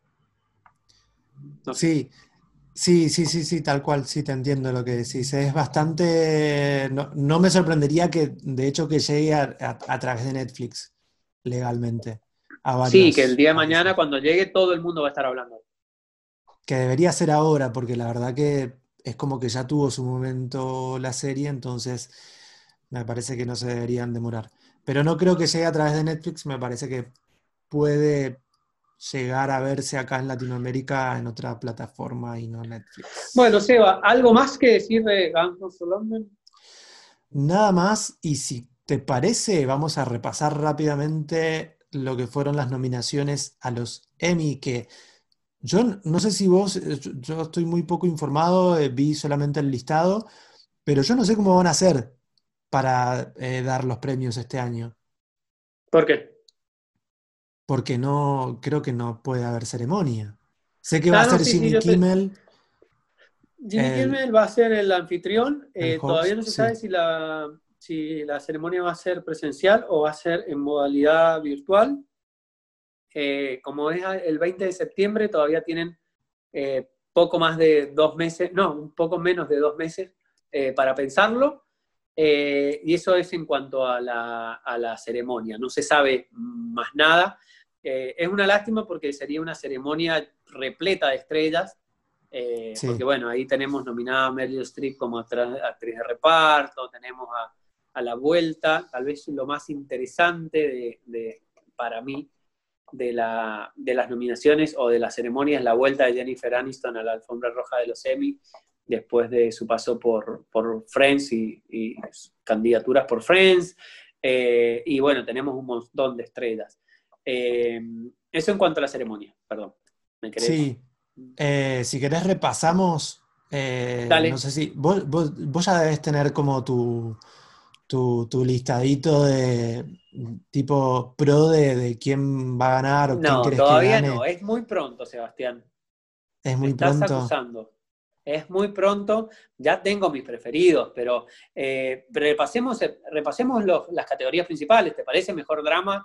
No sé. sí, sí, sí, sí, sí, tal cual, sí, te entiendo lo que decís. Es bastante, no, no me sorprendería que, de hecho, que llegue a, a- a través de Netflix legalmente a Sí, que el varios día de mañana países. cuando llegue todo el mundo va a estar hablando. Que debería ser ahora, porque la verdad que es como que ya tuvo su momento la serie, entonces me parece que no se deberían demorar. Pero no creo que llegue a través de Netflix, me parece que puede llegar a verse acá en Latinoamérica en otra plataforma y no Bueno, Netflix. Seba, ¿algo más que decir de Guns of London? Nada más, y si te parece, vamos a repasar rápidamente lo que fueron las nominaciones a los Emmy, que yo n- no sé si vos, eh, yo, yo estoy muy poco informado, eh, vi solamente el listado, pero yo no sé cómo van a hacer para eh, dar los premios este año, ¿Por qué? porque no, creo que no puede haber ceremonia. Sé que va a Ah, no, ser sí, sí, Jimmy yo sé. Kimmel, Jimmy el, Kimmel va a ser el anfitrión. el Eh, todavía host, no se sabe sí, si la, si la ceremonia va a ser presencial o va a ser en modalidad virtual. Eh, como es el veinte de septiembre, todavía tienen eh, poco más de dos meses, no, un poco menos de dos meses eh, para pensarlo. Eh, y eso es en cuanto a la, a la ceremonia. No se sabe más nada. Eh, es una lástima porque sería una ceremonia repleta de estrellas, eh, porque Sí. bueno, ahí tenemos nominada a Meryl Streep como actriz de reparto, tenemos a, a la vuelta, tal vez lo más interesante de, de, para mí de, la, de las nominaciones o de la ceremonia es la vuelta de Jennifer Aniston a la alfombra roja de los Emmy, después de su paso por, por Friends y, y candidaturas por Friends, eh, y bueno, tenemos un montón de estrellas. Eh, eso en cuanto a la ceremonia, perdón. ¿Me querés? Sí. Eh, si querés repasamos, eh, no Dale. sé si, vos, vos, vos ya debes tener como tu, tu, tu listadito de tipo pro de, de quién va a ganar o quién No, querés que todavía no, gane. es muy pronto, Sebastián. Es Me muy estás pronto. acusando. Es muy pronto, ya tengo mis preferidos, pero eh, repasemos, repasemos los, las categorías principales. ¿Te parece mejor drama,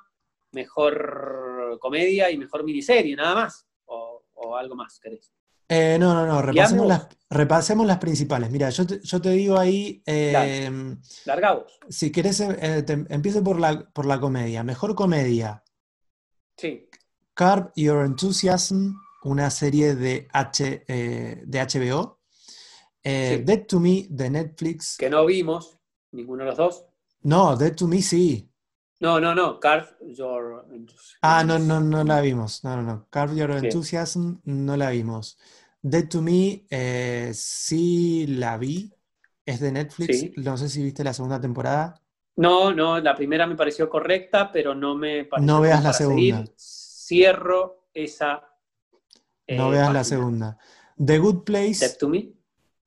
mejor comedia y mejor miniserie, nada más? ¿O, o algo más querés? Eh, no, no, no, Guíame repasemos las, vos. repasemos las principales. Mira, yo te, yo te digo ahí, Dale, eh, larga vos. si querés, eh, te- empiezo por la, por la comedia. Mejor comedia. Sí, Curb Your Enthusiasm, una serie de, H, eh, de H B O. Eh, sí. Dead to Me de Netflix. Que no vimos, ninguno de los dos. No, Dead to Me sí. No, no, no. Carve Your... Ah, no, no, no la vimos. No, no, no. Curb Your Bien. Enthusiasm no la vimos. Dead to Me eh, sí la vi. Es de Netflix. Sí. No sé si viste la segunda temporada. No, no, la primera me pareció correcta, pero no me No pareció veas como la para segunda. seguir. Cierro esa No eh, veas la página. segunda. The Good Death Place. to Me.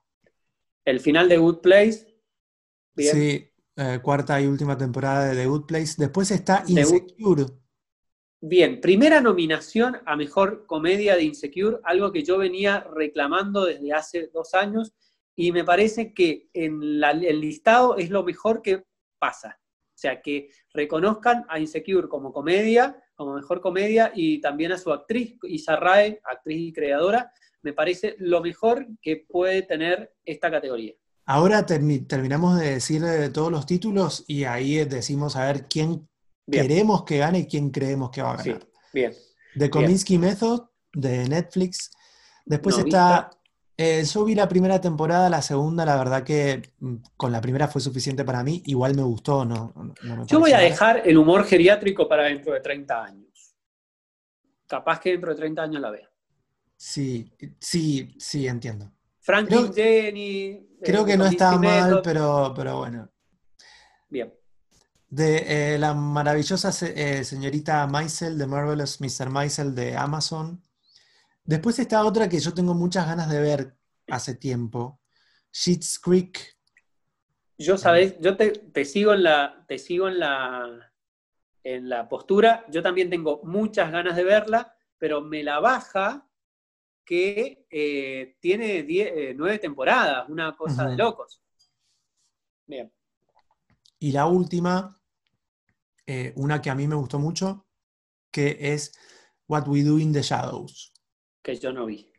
El final de Good Place, bien. Sí, eh, cuarta y última temporada de The Good Place. Después está Debut, Insecure. bien. Primera nominación a Mejor Comedia de Insecure, algo que yo venía reclamando desde hace dos años, y me parece que en la, el listado es lo mejor que pasa. O sea, que reconozcan a Insecure como comedia, como mejor comedia, y también a su actriz, Issa Rae, actriz y creadora, me parece lo mejor que puede tener esta categoría. Ahora termi- terminamos de decir eh, todos los títulos y ahí decimos a ver quién Bien, queremos que gane y quién creemos que va a ganar. sí, bien, The bien. Kominsky Method de Netflix. Después No está, vista. eh, yo vi la primera temporada, la segunda, la verdad que mm, con la primera fue suficiente para mí. Igual me gustó, no, no, no me Yo voy pareció a mala. dejar el humor geriátrico para dentro de treinta años. Capaz que dentro de treinta años la vea. Sí, sí, sí, entiendo. Franklin Creo, Jenny, creo eh, The que no está Kominsky mal, Method. pero, pero bueno. Bien. De eh, la maravillosa se- eh, señorita Maisel, de Marvelous mister Maisel de Amazon. Después está otra que yo tengo muchas ganas de ver hace tiempo. Schitt's Creek. Yo, Eh, sabés, yo te, te sigo en la, te sigo en la, en la postura. Yo también tengo muchas ganas de verla, pero me la baja que eh, tiene diez, eh, nueve temporadas, una cosa de ujú. locos. Bien, Y la última, eh, una que a mí me gustó mucho, que es What We Do in the Shadows. que yo no vi.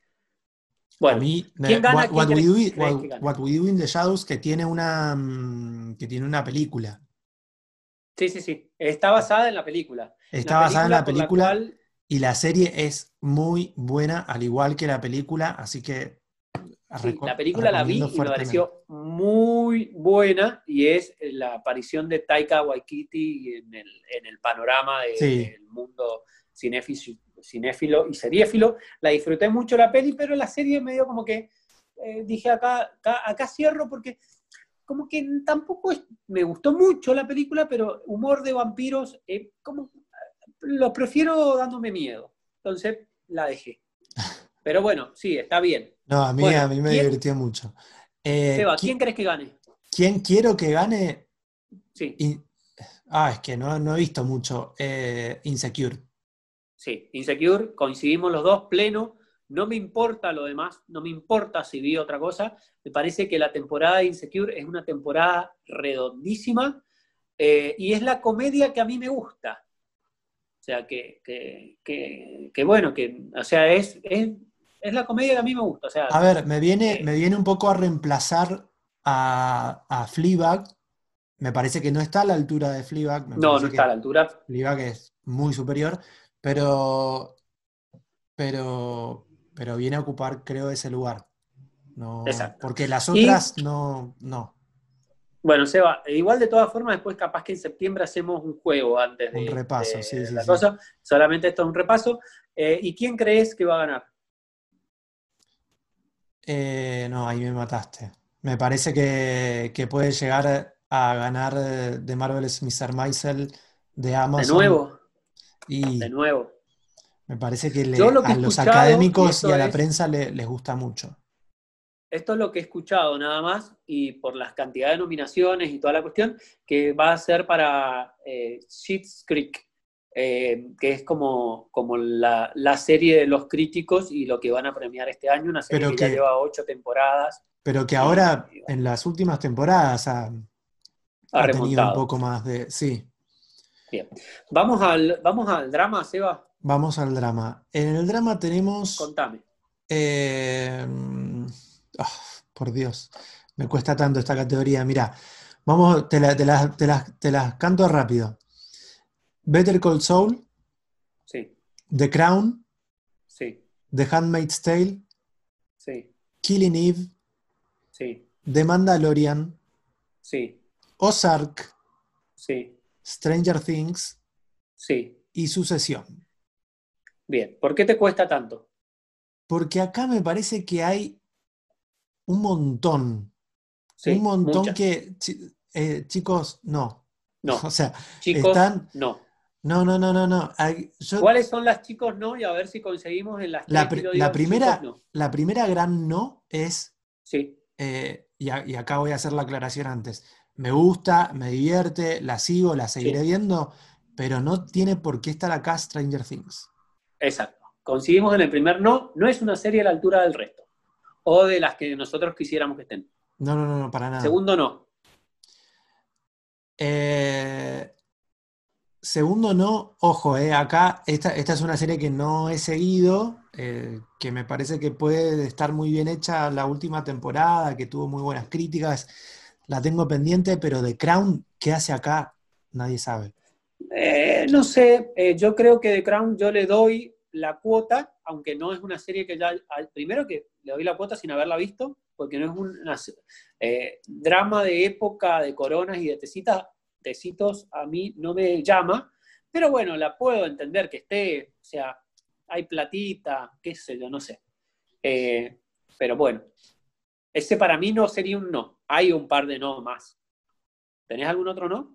A Bueno, mí, ¿quién me- gana? What, ¿Quién What We crees, Do, crees que What- gane? What We Do in the Shadows, que tiene una, mm, que tiene una película. Sí, sí, sí. Está basada en la película. Está La basada en la película por la película cual, y la serie es muy buena, al igual que la película, así que sí, la reco- película la recomiendo vi y me fuertemente. pareció muy buena y es la aparición de Taika Waititi en el, en el panorama de- Sí. del mundo cinéfilo, cinéfilo y seriéfilo. La disfruté mucho la peli, pero la serie medio como que eh, dije acá, acá, acá cierro porque como que tampoco es, me gustó mucho la película, pero humor de vampiros, eh, como lo prefiero dándome miedo. Entonces la dejé. Pero bueno, sí, está bien. No, a mí, a Bueno, mí me ¿quién, divirtió mucho. Eh, Seba, quién ¿qui- crees que gane? ¿quién quiero que gane? Sí, In- ah, es que no, no he visto mucho. Eh, Insecure. sí, Insecure, coincidimos los dos, pleno. No me importa lo demás, no me importa si vi otra cosa. Me parece que la temporada de Insecure es una temporada redondísima eh, y es la comedia que a mí me gusta. O sea, que, que, que, que bueno, que, o sea, es, es, es la comedia que a mí me gusta. O sea, A ver, me viene, me eh, viene un poco a reemplazar a, a Fleabag, me parece que no está a la altura de Fleabag, me No, no parece está a la que altura. Fleabag es muy superior, pero, pero, pero viene a ocupar, creo, ese lugar. No, Exacto. porque las Y otras no, no. bueno, Seba, igual de todas formas, después capaz que en septiembre hacemos un juego antes Un de, repaso, de sí, sí, la sí. cosa. Solamente esto es un repaso. Eh, ¿y quién crees que va a ganar? Eh, no, ahí me mataste. Me parece que, que puede llegar a ganar eh, de Marvel's mister Maisel de De Amazon nuevo, de y nuevo. me parece que Yo le- lo que he a los escuchado, y académicos y esto a la es, prensa le- les gusta mucho. esto es lo que he escuchado nada más, y por las cantidades de nominaciones y toda la cuestión, que va a ser para eh, Schitt's Creek, eh, que es como, como la, la serie de los críticos y lo que van a premiar este año, una serie Pero que ya que, lleva ocho temporadas pero que y, ahora y bueno, en las últimas temporadas ha, ha ha tenido un remontado. poco más de... Sí, Bien. Vamos al, vamos al drama, Seba. vamos al drama. En el drama tenemos... Contame. eh, ah, por Dios, me cuesta tanto esta categoría. Mira, vamos, te, la- te las, te las- te las canto rápido. Better Call Saul, Sí, The Crown, sí, The Handmaid's Tale, sí, Killing Eve, sí, The Mandalorian, sí, Ozark, sí, Stranger Things sí. y Sucesión. Bien. ¿Por qué te cuesta tanto? Porque acá me parece que hay un montón, un Sí, montón muchas. que, chi- eh, chicos, no. O No. sea, Chicos, están, no. no, no, no, no, no. Hay- yo, ¿Cuáles son las chicos no? Y a ver si conseguimos en las la, tres que pri- yo la digo chicos primera, no. la primera gran no es, Sí, eh, y, a- y acá voy a hacer la aclaración antes, me gusta, me divierte, la sigo, la seguiré sí, viendo, pero no tiene por qué estar acá Stranger Things. exacto. Coincidimos en el primer no. No es una serie a la altura del resto. O de las que nosotros quisiéramos que estén. No, no, no, no, para nada. Segundo no. Eh, Segundo, no, ojo, eh, acá esta, esta es una serie que no he seguido, eh, que me parece que puede estar muy bien hecha la última temporada, que tuvo muy buenas críticas, la tengo pendiente, pero The Crown, ¿qué hace acá? Nadie sabe. Eh, no sé, eh, yo creo que The Crown yo le doy la cuota, aunque no es una serie que ya, al, primero que le doy la cuota sin haberla visto, porque no es un una, eh, drama de época, de coronas y de tecitas, tecitos, a mí no me llama, pero bueno, la puedo entender que esté, o sea, hay platita, qué sé yo, no sé. Eh, pero bueno, ese para mí no sería un no, hay un par de no más. ¿Tenés algún otro no?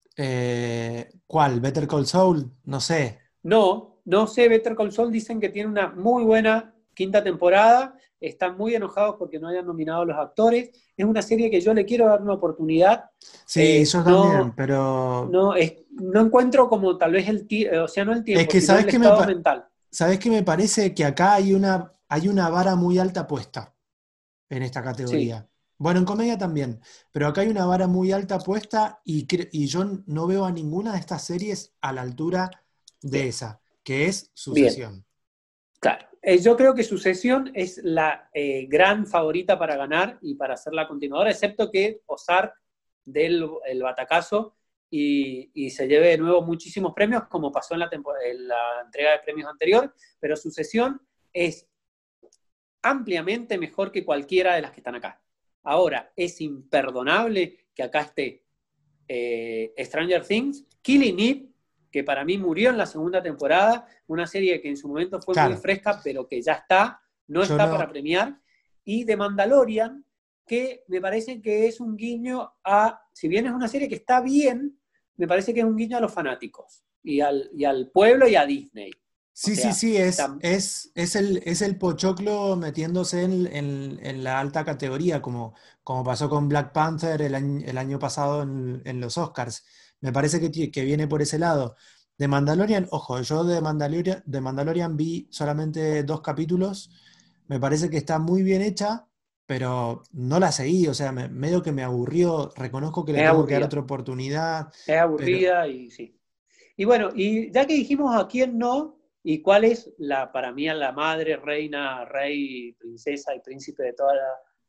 Eh, ¿cuál? ¿Better Call Saul? No sé. No, no sé, Better Call Saul dicen que tiene una muy buena quinta temporada, están muy enojados porque no hayan nominado a los actores, es una serie que yo le quiero dar una oportunidad, Sí, eh, yo también, no, pero no, es, no encuentro como tal vez el tiempo, o sea, no el es tiempo, que sino ¿sabes el qué me, estado pa- mental. ¿sabes qué me parece? Que acá hay una, hay una vara muy alta puesta en esta Sí, categoría. Bueno, en comedia también, pero acá hay una vara muy alta puesta y, cre- y yo no veo a ninguna de estas series a la altura de bien, esa, que es bien, Sucesión. claro. Eh, yo creo que Sucesión es la eh, gran favorita para ganar y para ser la continuadora, excepto que Ozark del el batacazo y, y se lleve de nuevo muchísimos premios, como pasó en la, en la entrega de premios anterior, pero Sucesión es ampliamente mejor que cualquiera de las que están acá. Ahora, es imperdonable que acá esté eh, Stranger Things, Killing Eve, que para mí murió en la segunda temporada, una serie que en su momento fue muy Claro, fresca, pero que ya está, no yo está para no. premiar, y The Mandalorian, que me parece que es un guiño a, si bien es una serie que está bien, me parece que es un guiño a los fanáticos, y al, y al pueblo y a Disney. O Sí, sí, sea, sí, es, tam, es, es el, es el pochoclo metiéndose en, en- en la alta categoría, como, como pasó con Black Panther el año, el año pasado en, en los Oscars. Me parece que, ti- que viene por ese lado. De Mandalorian, ojo, yo de Mandalorian, de Mandalorian vi solamente dos capítulos. Me parece que está muy bien hecha, pero no la seguí, o sea, me- medio que me aburrió. Reconozco que le es tengo que dar aburrida, otra oportunidad, es pero aburrida y sí. Y bueno, y ya que dijimos a quién no, y cuál es la, para mí, la madre, reina, rey, princesa y príncipe de toda la,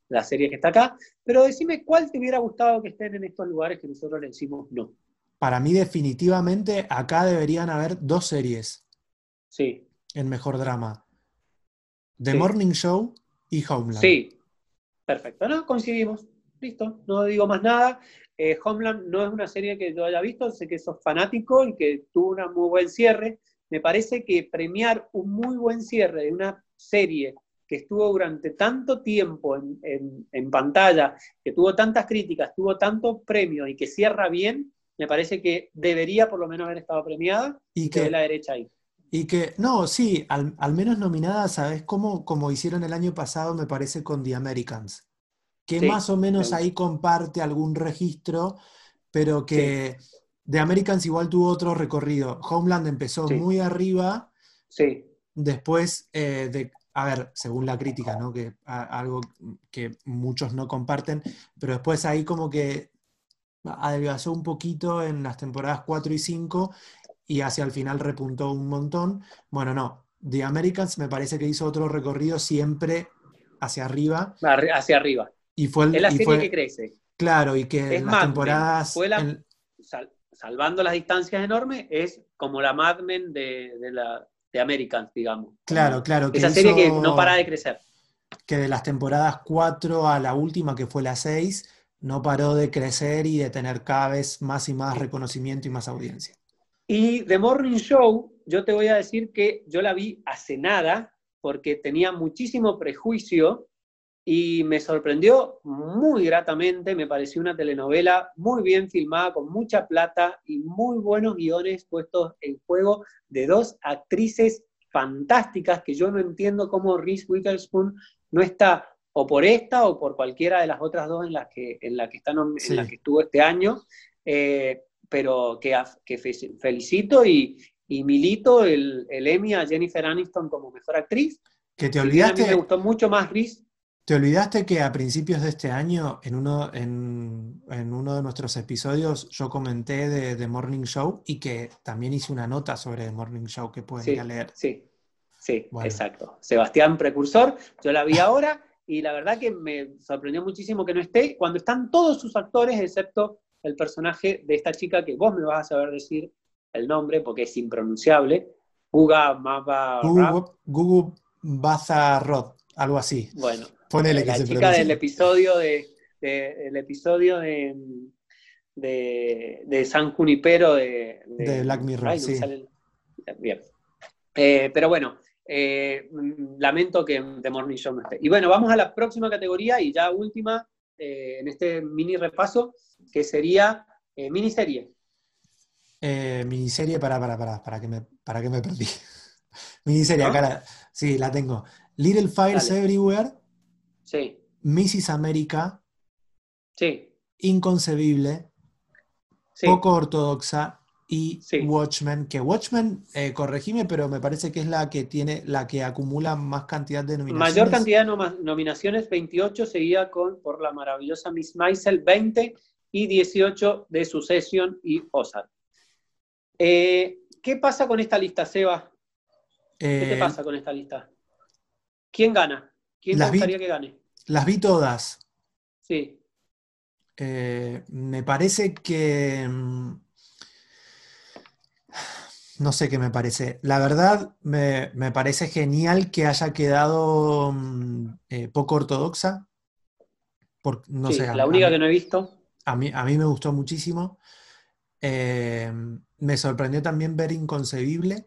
la serie que está acá, pero decime cuál te hubiera gustado que estén en estos lugares que nosotros le decimos no. Para mí definitivamente acá deberían haber dos series Sí, en Mejor Drama. The sí, Morning Show y Homeland. sí, perfecto, ¿no? Coincidimos, listo, no digo más nada. Eh, Homeland no es una serie que yo haya visto, sé que sos fanático y que tuvo un muy buen cierre. Me parece que premiar un muy buen cierre de una serie que estuvo durante tanto tiempo en, en, en pantalla, que tuvo tantas críticas, tuvo tantos premios y que cierra bien, me parece que debería por lo menos haber estado premiada Y y te doy la que, derecha ahí. y que no, sí, al, al menos nominada, ¿sabes? Como, como hicieron el año pasado, me parece, con The Americans, que más Sí, o me menos gusta. ahí comparte algún registro, pero Sí, que The Americans igual tuvo otro recorrido. Homeland empezó sí, muy arriba, sí. después eh, de, a ver, según la crítica, ¿no? Que a- algo que muchos no comparten, pero después ahí como que adelgazó un poquito en las temporadas cuatro y cinco y hacia el final repuntó un montón. Bueno, no, The Americans me parece que hizo otro recorrido siempre hacia arriba Arri- Hacia arriba. y fue, Es el- la y serie que fue crece. claro, y que Es en las Mad Men. temporadas, Fue la, en- sal- salvando las distancias enormes, es como la Mad Men de, de, la, de Americans, digamos. claro, Como claro, que esa serie que no para hizo de crecer. que de las temporadas cuatro a la última, que fue la seis no paró de crecer y de tener cada vez más y más reconocimiento y más audiencia. Y The Morning Show, yo te voy a decir que yo la vi hace nada, porque tenía muchísimo prejuicio y me sorprendió muy gratamente, me pareció una telenovela muy bien filmada, con mucha plata y muy buenos guiones puestos en juego de dos actrices fantásticas que yo no entiendo cómo Reese Witherspoon no está o por esta o por cualquiera de las otras dos en las que, en la que, están, en la que Sí, estuvo este año, eh, pero que, que felicito y, y milito el, el Emmy a Jennifer Aniston como mejor actriz. que te Si bien a mí me olvidaste, gustó mucho más Reese. te olvidaste que a principios de este año, en uno, en, en uno de nuestros episodios, yo comenté de The Morning Show y que también hice una nota sobre The Morning Show que pueden ir a Sí, leer. sí, sí, Bueno, exacto. Sebastián Precursor, yo la vi ahora y la verdad que me sorprendió muchísimo que no esté, cuando están todos sus actores, excepto el personaje de esta chica que vos me vas a saber decir el nombre porque es impronunciable, Uga Mava Rap. Gugu, Gugu Bazarrot, algo así. Bueno, Ponele eh, que la se chica pronuncia del así. episodio de, de el episodio de, de, de San Junipero de, De de Black Mirror, ay, no me sí. sale el, bien. Eh, pero bueno, eh, lamento que The Morning Show no esté. Y bueno, vamos a la próxima categoría y ya última eh, en este mini repaso, que sería eh, miniserie. Eh, miniserie, para, para, para, para que me, para que me perdí. Miniserie, acá ¿No? la, sí, la tengo. Little Fires Dale. Everywhere, Sí, missus América, sí, Inconcebible, sí, Poco Ortodoxa y sí. Watchmen, que Watchmen, eh, corregime, pero me parece que es la que tiene, la que acumula más cantidad de Mayor nominaciones. cantidad de nom nominaciones, veintiocho, seguida con, por la maravillosa Miss Maisel, veinte, y dieciocho de Succession y Ozark. Eh, ¿Qué pasa con esta lista, Seba? ¿Qué te Eh, pasa con esta lista? ¿Quién gana? ¿Quién te las vi, gustaría que gane? las vi todas. Sí, Eh, me parece que... mm, No sé qué me parece. La verdad, me, me parece genial que haya quedado mm, eh, poco ortodoxa. Por, no sé, sí, a, la a única mí, que no he visto. a mí, a mí me gustó muchísimo. Eh, me sorprendió también ver Inconcebible.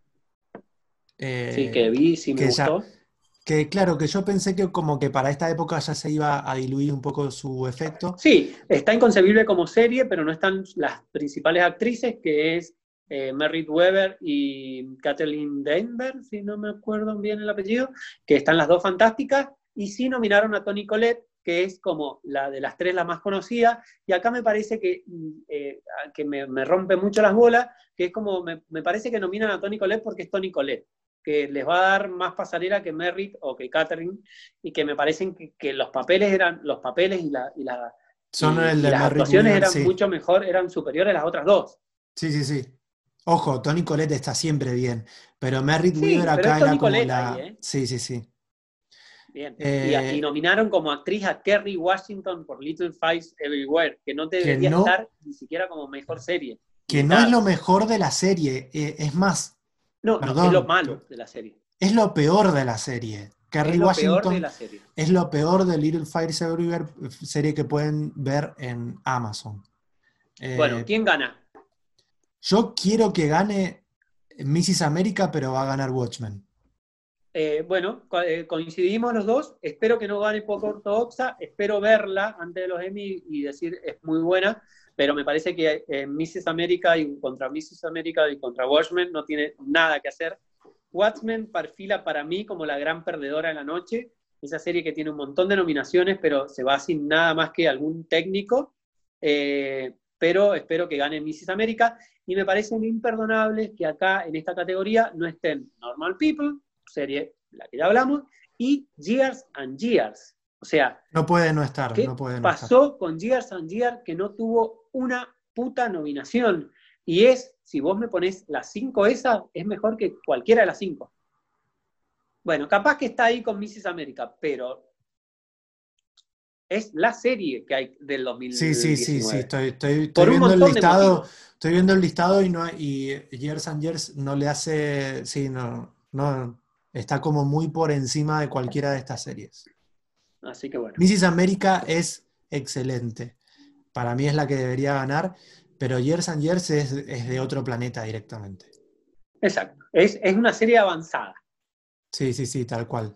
Sí, que eh, vi, sí me que ya, gustó. que claro, que yo pensé que como que para esta época ya se iba a diluir un poco su efecto. Sí, está inconcebible como serie, pero no están las principales actrices, que es eh, Merritt Weber y Kathleen Denver, si no me acuerdo bien el apellido, que están las dos fantásticas, y sí nominaron a Toni Collette, que es como la de las tres la más conocida, y acá me parece que, eh, que me, me rompe mucho las bolas, que es como, me, me parece que nominan a Toni Collette porque es Toni Collette, que les va a dar más pasarela que Merritt o que Catherine, y que me parecen que, que los papeles eran, los papeles y, la, y, la, Son y, el y de las Merritt actuaciones Weaver, eran sí. mucho mejor, eran superiores a las otras dos. Sí, sí, sí. Ojo, Toni Collette está siempre bien, pero Merritt Weaver Sí, pero acá es era Toni como Collette ahí, la... ¿eh? Sí, sí, sí. Bien. Eh, y, y nominaron como actriz a Kerry Washington por Little Fires Everywhere, que no debería no, estar ni siquiera como mejor serie. que no es lo Invitada. mejor de la serie, eh, es más, No, no, es lo perdón, malo de la serie. es lo peor de la serie. Es Kerry lo peor de Washington la serie. es lo peor de Little Fires Everywhere, serie que pueden ver en Amazon. Bueno, Eh, ¿quién gana? yo quiero que gane missus América, pero va a ganar Watchmen. Eh, bueno, co eh, coincidimos los dos. Espero que no gane poco ortodoxa. Espero verla antes de los Emmy y decir es muy buena. Pero me parece que eh, missus América y contra missus América y contra Watchmen no tiene nada que hacer. Watchmen perfila para mí como la gran perdedora de la noche. Esa serie que tiene un montón de nominaciones, pero se va sin nada más que algún técnico. Eh, pero espero que gane missus América. Y me parecen imperdonables que acá, en esta categoría, no estén Normal People, serie de la que ya hablamos, y Years and Years. O sea, No puede no estar, ¿qué no puede no estar. pasó con Years and Years que no tuvo una puta nominación? Y es, si vos me ponés las cinco esas, es mejor que cualquiera de las cinco. Bueno, capaz que está ahí con missus América, pero es la serie que hay del dos mil diecinueve. Sí, sí, sí, sí, estoy, estoy, estoy Por un viendo el montón de listado, motivos. estoy viendo el listado y no y Years and Years no le hace, sí, no, no, está como muy por encima de cualquiera de estas series. Así que bueno. missus América es excelente. Para mí es la que debería ganar, pero Years and Years es, es de otro planeta directamente. Exacto. Es, es una serie avanzada. Sí, sí, sí, tal cual.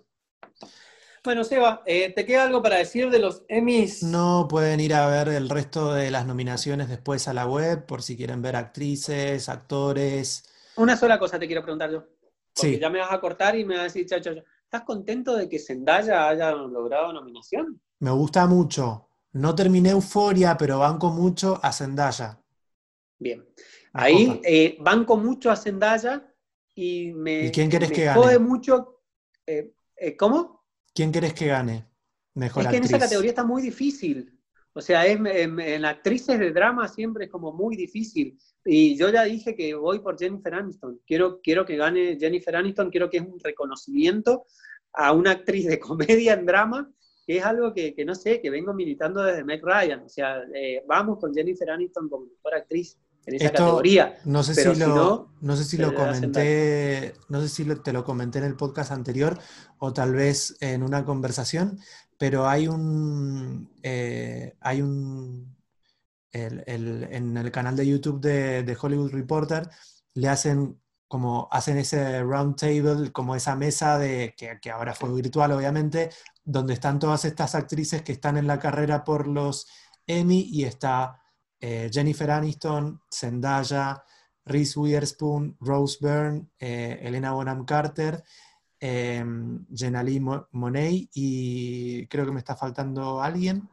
Bueno, Seba, eh, ¿te queda algo para decir de los Emmys? No pueden ir a ver el resto de las nominaciones después a la web, por si quieren ver actrices, actores. Una sola cosa te quiero preguntar yo. Porque Sí, ya me vas a cortar y me vas a decir, chao, chao, chao. ¿Estás contento de que Zendaya haya logrado nominación? me gusta mucho. No terminé Euforia, pero banco mucho a Zendaya. Bien. Me copa. Ahí eh, banco mucho a Zendaya y ¿Y me, quién querés me que jode gane? mucho. Eh, eh, ¿Cómo? ¿Quién querés que gane? Mejor Es que en esa actriz. categoría está muy difícil. O sea, es, en, en actrices de drama siempre es como muy difícil. Y yo ya dije que voy por Jennifer Aniston. Quiero, quiero que gane Jennifer Aniston, quiero que es un reconocimiento a una actriz de comedia en drama, que es algo que, que no sé, que vengo militando desde Meg Ryan. O sea, eh, vamos con Jennifer Aniston como mejor actriz en esa Esto categoría. no sé Pero si si lo, no, no sé si se lo le da Zendaya. comenté, no sé si lo- te lo comenté en el podcast anterior o tal vez en una conversación, pero hay un, eh, hay un, el- el- en el canal de YouTube de, de Hollywood Reporter le hacen como hacen ese round table, como esa mesa de que, que ahora fue virtual obviamente, donde están todas estas actrices que están en la carrera por los Emmy y está eh, Jennifer Aniston, Zendaya, Reese Witherspoon, Rose Byrne, eh, Helena Bonham Carter, eh, Janelle Monáe y creo que me está faltando alguien.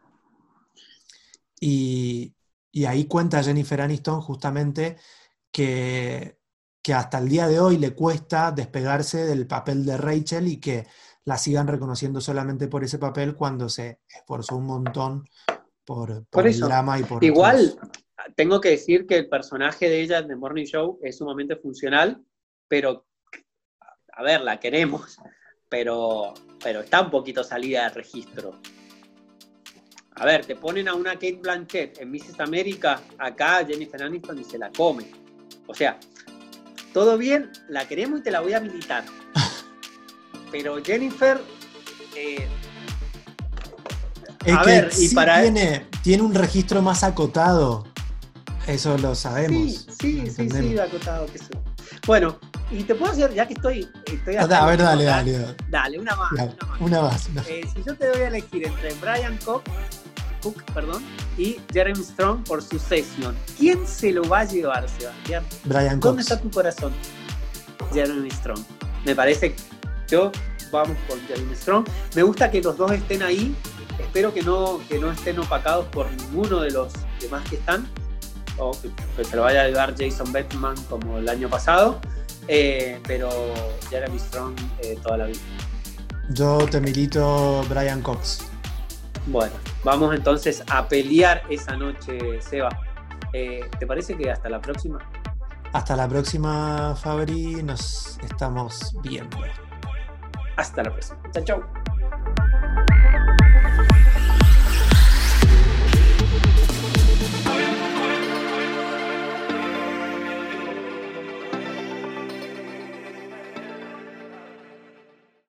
Y, y ahí cuenta Jennifer Aniston justamente que, que hasta el día de hoy le cuesta despegarse del papel de Rachel y que la sigan reconociendo solamente por ese papel cuando se esforzó un montón por, Por por el eso. drama y por Igual, otros. tengo que decir que el personaje de ella en The Morning Show es sumamente funcional, pero, a ver, la queremos, pero, pero está un poquito salida de registro. A ver, te ponen a una Kate Blanchett en missus América, acá Jennifer Aniston y se la come. O sea, todo bien, la queremos y te la voy a militar. Pero Jennifer... Eh, Es a que ver, sí y para... tiene, tiene un registro más acotado. Eso lo sabemos. Sí, sí, lo sí, sí, acotado que sí. Bueno, y te puedo hacer, ya que estoy... estoy a ver, dale, acá, dale, dale. Dale, una más. Dale, una más. una más. Una. Eh, si yo te doy a elegir entre Brian Cook, Cook perdón, y Jeremy Strong por Succession, ¿quién se lo va a llevar, Sebastián? Brian ¿Dónde Cox. está tu corazón? Jeremy Strong. Me parece que yo vamos con Jeremy Strong. Me gusta que los dos estén ahí. Espero que no, que no estén opacados por ninguno de los demás que están. O que, que se lo vaya a llevar Jason Bateman como el año pasado. Eh, pero Jeremy Strong eh, toda la vida. Yo te milito Brian Cox. Bueno, vamos entonces a pelear esa noche, Seba. Eh, ¿Te parece que hasta la próxima? Hasta la próxima, Fabri. Nos estamos viendo. Hasta la próxima. Chao, chao.